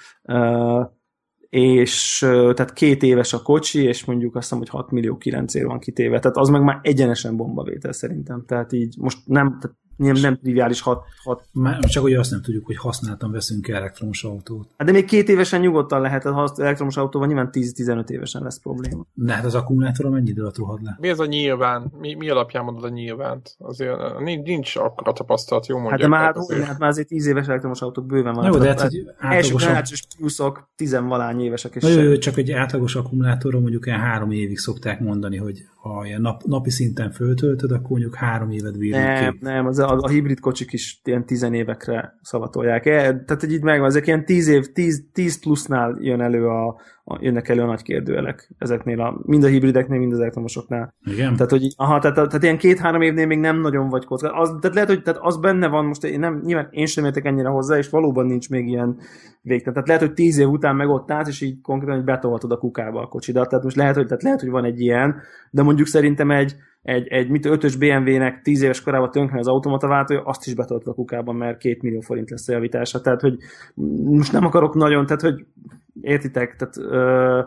[SPEAKER 2] És tehát 2 éves a kocsi, és mondjuk azt hiszem, hogy 6 millió 9 ér van kitéve. Tehát az meg már egyenesen bombavétel szerintem. Tehát így most nem triviális 6.
[SPEAKER 3] Csak ugye azt nem tudjuk, hogy használtan veszünk elektromos autót.
[SPEAKER 2] Hát de még 2 évesen nyugodtan lehet, ha az elektromos autóval nyilván 10-15 évesen lesz probléma.
[SPEAKER 3] De hát az akkumulátora mennyi idő alatt rohad le?
[SPEAKER 1] Mi ez a nyilván? Mi alapján mondod a nyilvánt? Azért nincs akkora tapasztalat, jó mondják.
[SPEAKER 2] Hát de már azért 10 éves elektromos autók bőven van.
[SPEAKER 3] Jó, de hát
[SPEAKER 2] első generációs Priusok 10-valány évesek.
[SPEAKER 3] Jó, csak egy átlagos akkumulátorra mondjuk ilyen 3 évig szokták mondani, hogy ha ilyen napi szinten föltöltöd, akkor mondjuk 3 évet bírnak ki.
[SPEAKER 2] Nem, a hibrid kocsik is ilyen 10 évekre szavatolják. Tehát, hogy itt megvan, ezek ilyen 10 plusznál jönnek elő a nagy kérdőjelek ezeknél, mind a hibrideknél, mind az elektromosoknál.
[SPEAKER 3] Igen.
[SPEAKER 2] Tehát, hogy, tehát ilyen 2-3 évnél még nem nagyon vagy kocka. Tehát lehet, hogy az benne van, most nyilván én sem értek ennyire hozzá, és valóban nincs még ilyen végtelen. Tehát lehet, hogy 10 év után meg ott állsz, és így konkrétan hogy betolhatod a kukába a kocsidat. Tehát most lehet, hogy van egy ilyen, de mondjuk szerintem egy 5-ös BMW-nek 10 éves korában tönkre az automata váltója, azt is betoltad a kukában, mert 2 millió forint lesz a javítása. Tehát, hogy most nem akarok nagyon, tehát, hogy értitek, tehát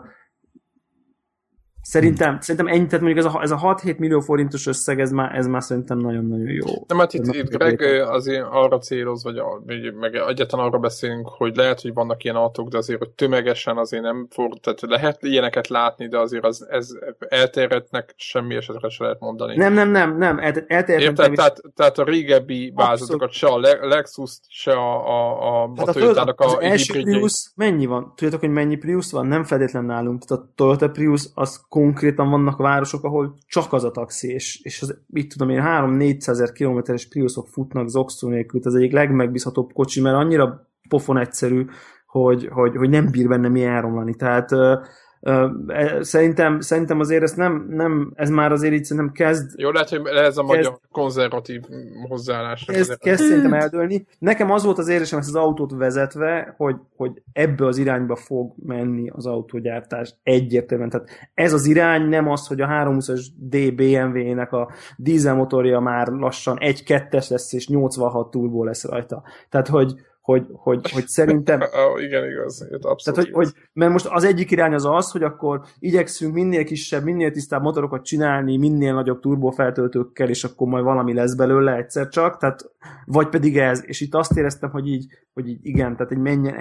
[SPEAKER 2] szerintem ennyi, tehát mondjuk ez a 6-7 millió forintos összeg, ez már szerintem nagyon-nagyon jó.
[SPEAKER 1] Nem, hát itt Greg azért arra céloz, vagy meg egyáltalán arra beszélünk, hogy lehet, hogy vannak ilyen autók, de azért, hogy tömegesen azért nem fog, tehát lehet ilyeneket látni, de azért ez elterjedtnek semmi esetre se lehet mondani.
[SPEAKER 2] Nem, elterjednek.
[SPEAKER 1] Tehát a régebbi változatokat, se a Lexus, se a Toyota-nak a
[SPEAKER 2] első Prius, mennyi van? Tudjátok, hogy mennyi Prius van? Nem feltétlenül nálunk. Tehát a Toyota Prius, az konkrétan vannak városok, ahol csak az a taxi, és az, itt tudom én, 300-400 ezer kilométeres Priusok futnak zokszó nélkül, ez egyik legmegbízhatóbb kocsi, mert annyira pofon egyszerű, hogy nem bír benne mi elromlani. Tehát Szerintem azért ez nem ez már azért így szerintem kezd...
[SPEAKER 1] Jó, lehet, hogy ez a magyar konzervatív hozzáállás.
[SPEAKER 2] Kezd szerintem eldőlni. Nekem az volt az érzésem ezt az autót vezetve, hogy ebbe az irányba fog menni az autógyártás egyértelműen. Tehát ez az irány nem az, hogy a 320-as D BMW-nek a dízelmotorja már lassan 1.2-es lesz, és 86 turbó lesz rajta. Tehát, hogy szerintem...
[SPEAKER 1] Igen, igaz.
[SPEAKER 2] Tehát, mert most az egyik irány az, hogy akkor igyekszünk minél kisebb, minél tisztább motorokat csinálni, minél nagyobb turbófeltöltőkkel, és akkor majd valami lesz belőle egyszer csak, tehát, vagy pedig ez. És itt azt éreztem, hogy így igen, tehát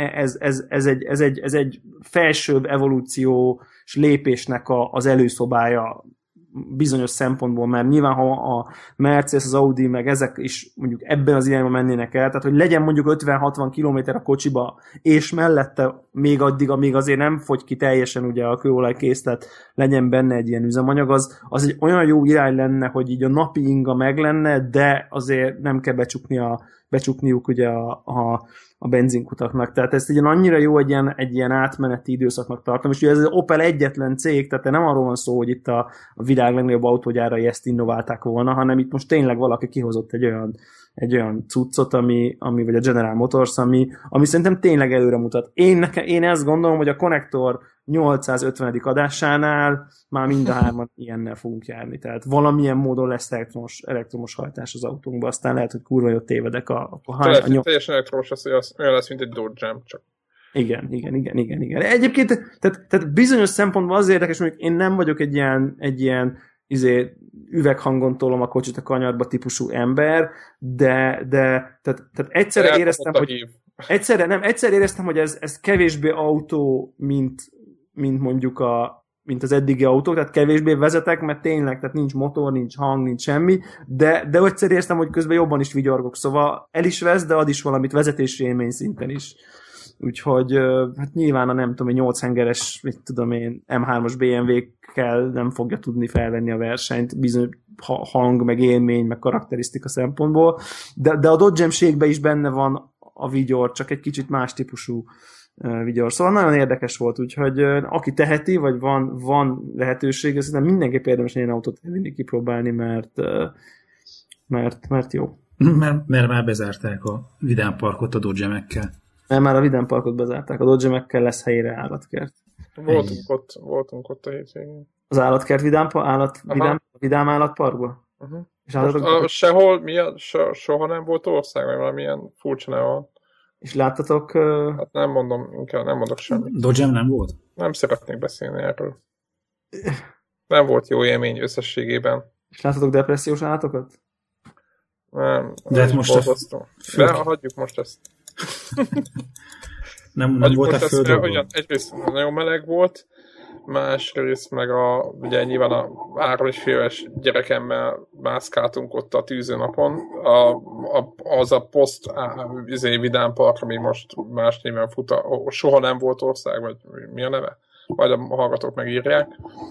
[SPEAKER 2] ez egy felsőbb evolúciós lépésnek az előszobája bizonyos szempontból, mert nyilván ha a Mercedes, az Audi, meg ezek is mondjuk ebben az irányba mennének el, tehát hogy legyen mondjuk 50-60 km a kocsiba, és mellette még addig, amíg azért nem fogy ki teljesen ugye a kőolajkészlet, legyen benne egy ilyen üzemanyag, az egy olyan jó irány lenne, hogy így a napi inga meg lenne, de azért nem kell becsukniuk ugye a benzinkutaknak. Tehát ezt így annyira jó egy ilyen átmeneti időszaknak tartom, és ugye ez az Opel egyetlen cég, tehát nem arról van szó, hogy itt a világ legnagyobb autógyárai ezt innoválták volna, hanem itt most tényleg valaki kihozott egy olyan cuccot, ami vagy a General Motors, ami szerintem tényleg előre mutat. Én ezt gondolom, hogy a Connector 850. adásánál már mind a hárman ilyennel fogunk járni. Tehát valamilyen módon lesz elektromos hajtás az autónkban, aztán lehet, hogy kurva jól tévedek
[SPEAKER 1] teljesen elektromos lesz, olyan lesz, mint egy Dodge Jam, csak.
[SPEAKER 2] Igen. Egyébként, tehát bizonyos szempontból az érdekes, hogy én nem vagyok egy ilyen üveghangon tolom a kocsit a kanyarba típusú ember, de tehát egyszerre éreztem, hogy egyszer éreztem, hogy ez kevésbé autó, mint mondjuk mint az eddigi autók, tehát kevésbé vezetek, mert tényleg, tehát nincs motor, nincs hang, nincs semmi, de egyszer éreztem, hogy közben jobban is vigyorgok, szóval el is vesz, de ad is valamit vezetési élmény szinten is. Úgyhogy hát nyilván a nem tudom, 8 hengeres, mit tudom én, M3-as BMW-kkel nem fogja tudni felvenni a versenyt, bizony hang, meg élmény, meg karakterisztika szempontból, de a Dodge M-ségben is benne van a vigyor, csak egy kicsit más típusú vigyor. Szóval nagyon érdekes volt, úgyhogy aki teheti, vagy van lehetőség, szerintem mindenképp érdemes ilyen autót elvinni kipróbálni, mert jó.
[SPEAKER 3] Mert már bezárták a Vidám Parkot a Dodge-emekkel.
[SPEAKER 2] Mert már a Vidám Parkot bezárták. A Dodge-emekkel lesz helyére állatkert.
[SPEAKER 1] Voltunk ott a hétvégén.
[SPEAKER 2] Az állatkert Vidám állatparkban?
[SPEAKER 1] Uh-huh. És sehol, soha nem volt ország, vagy valamilyen furcsa neve van.
[SPEAKER 2] És láttatok...
[SPEAKER 1] Hát nem mondom, inkább nem mondok semmit.
[SPEAKER 3] Dodge-em nem volt?
[SPEAKER 1] Nem szeretnék beszélni erről. Nem volt jó élmény összességében.
[SPEAKER 2] És láttatok depressziós állatokat?
[SPEAKER 1] Nem.
[SPEAKER 3] De hát most
[SPEAKER 1] de hagyjuk most ezt.
[SPEAKER 3] nem volt a földről?
[SPEAKER 1] Egyrészt nagyon meleg volt, másrészt meg ugye nyilván a 3,5 éves gyerekemmel mászkáltunk ott a tűzőnapon. Az a poszt Vidám Park, ami most más néven fut, soha nem volt ország, vagy mi a neve? Majd a hallgatók megírják.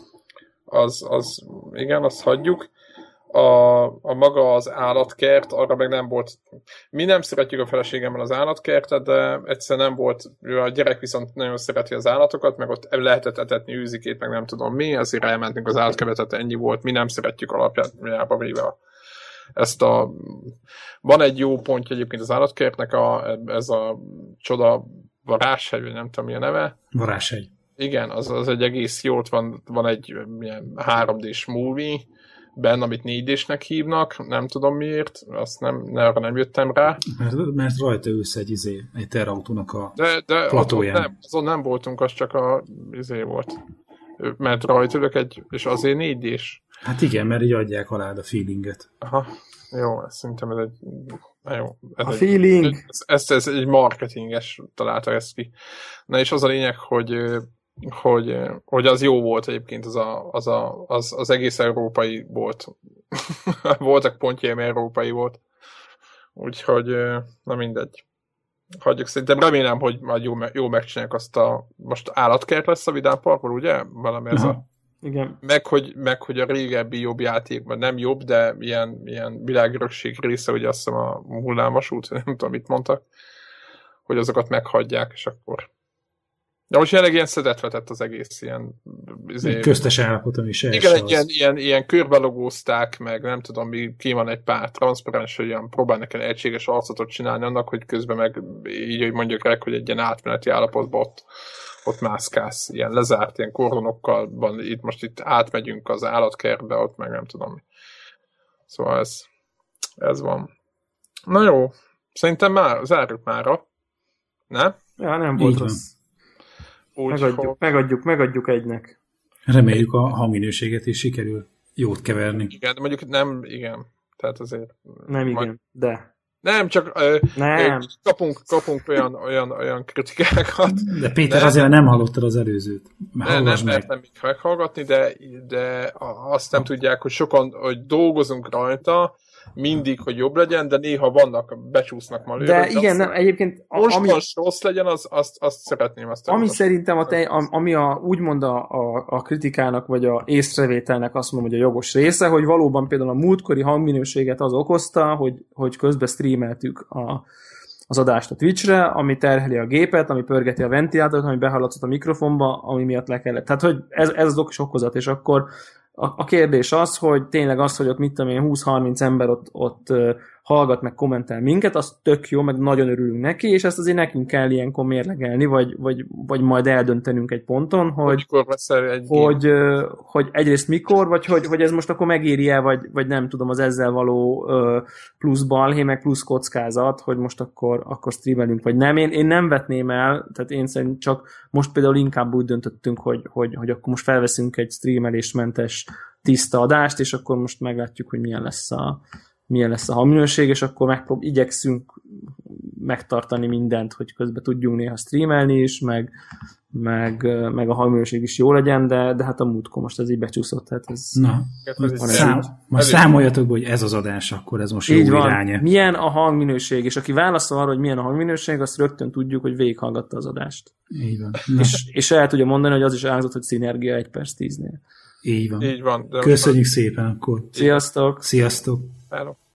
[SPEAKER 1] Igen, azt hagyjuk. A maga az állatkert, arra meg nem volt. Mi nem szeretjük a feleségemmel az állatkertet, de egyszerűen nem volt. A gyerek viszont nagyon szereti az állatokat, meg ott lehetett etetni őzikét, meg nem tudom mi, azért elmentünk az állatkertet, ennyi volt. Mi nem szeretjük alapjába véve Van egy jó pontja egyébként az állatkertnek, ez a csoda varázshegy, vagy nem tudom mi a neve.
[SPEAKER 3] Varázshegy.
[SPEAKER 1] Igen, az egy egész jó, ott van egy ilyen 3D-s movie, benne, amit 4D-snek hívnak, nem tudom miért, azt arra nem jöttem rá.
[SPEAKER 3] Mert rajta ülsz egy terautónak a platóján.
[SPEAKER 1] Azon nem voltunk, az csak volt. Mert rajta ülök és azért 4D-s.
[SPEAKER 3] Hát igen, mert így adják alá a feelinget.
[SPEAKER 1] Aha, jó, szerintem ez egy... Jó,
[SPEAKER 2] feeling!
[SPEAKER 1] Ez egy marketinges találta ezt ki. Na és az a lényeg, hogy az jó volt egyébként, az egész európai volt. Voltak pontjai, ami európai volt. Úgyhogy, na mindegy. Hagyjuk, szerintem remélem, hogy majd jó megcsinálják azt most állatkert lesz a Vidám Parkból, ugye? Valami ez
[SPEAKER 2] igen.
[SPEAKER 1] Meg hogy a régebbi jobb játékban, nem jobb, de ilyen világörökség része, ugye azt hiszem a hullámvasút, nem tudom, mit mondtak, hogy azokat meghagyják, és akkor De most jelenleg ilyen szedetvetett az egész ilyen...
[SPEAKER 3] köztes állapoton is.
[SPEAKER 1] Igen, ilyen körbelogózták, meg nem tudom, ki van egy pár transzparens, hogy ilyen próbálnak egy egységes arcotot csinálni annak, hogy közben meg így, hogy mondjuk rá, hogy egy ilyen átmeneti állapotban ott mászkálsz, ilyen lezárt, ilyen kordonokkal van, itt átmegyünk az állatkertbe, ott meg nem tudom. Szóval ez van. Na jó, szerintem már zárjuk mára. Ne?
[SPEAKER 2] Ja, nem volt rossz. Megadjuk egynek.
[SPEAKER 3] Reméljük a hangminőséget is sikerül jót keverni.
[SPEAKER 1] Igen, de mondjuk nem, igen. Tehát azért...
[SPEAKER 2] Nem igen, de...
[SPEAKER 1] Nem, csak
[SPEAKER 2] nem.
[SPEAKER 1] Kapunk olyan kritikákat.
[SPEAKER 3] De Péter, azért nem hallottad az előzőt.
[SPEAKER 1] Nem mertem még meghallgatni, de azt nem tudják, hogy sokan hogy dolgozunk rajta, mindig, hogy jobb legyen, de néha becsúsznak malőrök.
[SPEAKER 2] De igen, nem, egyébként...
[SPEAKER 1] Most rossz legyen, azt szeretném.
[SPEAKER 2] Ami szerintem ami úgymond a kritikának, vagy a észrevételnek azt mondom, hogy a jogos része, hogy valóban például a múltkori hangminőséget az okozta, hogy közben streameltük az adást a Twitchre, ami terheli a gépet, ami pörgeti a ventilátort, ami behallatszott a mikrofonba, ami miatt le kellett. Tehát, hogy ez az okos okozat, és akkor a kérdés az, hogy tényleg az, hogy ott mit tudom én, 20-30 ember ott hallgat meg kommentel minket, az tök jó, meg nagyon örülünk neki, és ezt azért nekünk kell ilyenkor mérlegelni, vagy majd eldöntenünk egy ponton, hogy egyrészt mikor, vagy hogy ez most akkor megéri-e, vagy nem tudom, az ezzel való plusz balhé, meg plusz kockázat, hogy most akkor streamelünk, vagy nem. Én nem vetném el, tehát én szerint csak most például inkább úgy döntöttünk, hogy akkor most felveszünk egy streamelésmentes tiszta adást, és akkor most meglátjuk, hogy milyen lesz a hangminőség, és akkor igyekszünk megtartani mindent, hogy közben tudjunk néha streamelni is, meg a hangminőség is jó legyen, de hát a múltkor most ez így becsúszott. Tehát ez
[SPEAKER 3] számoljatok be, hogy ez az adás, akkor ez most jó irány.
[SPEAKER 2] Milyen a hangminőség, és aki válaszol arra, hogy milyen a hangminőség, azt rögtön tudjuk, hogy végighallgatta az adást.
[SPEAKER 3] Így van.
[SPEAKER 2] És el tudja mondani, hogy az is elhangzott, hogy Szinergia 1 perc 10-nél.
[SPEAKER 3] Így van. Köszönjük szépen akkor.
[SPEAKER 2] Sziasztok!
[SPEAKER 3] Sziasztok!
[SPEAKER 1] Hello.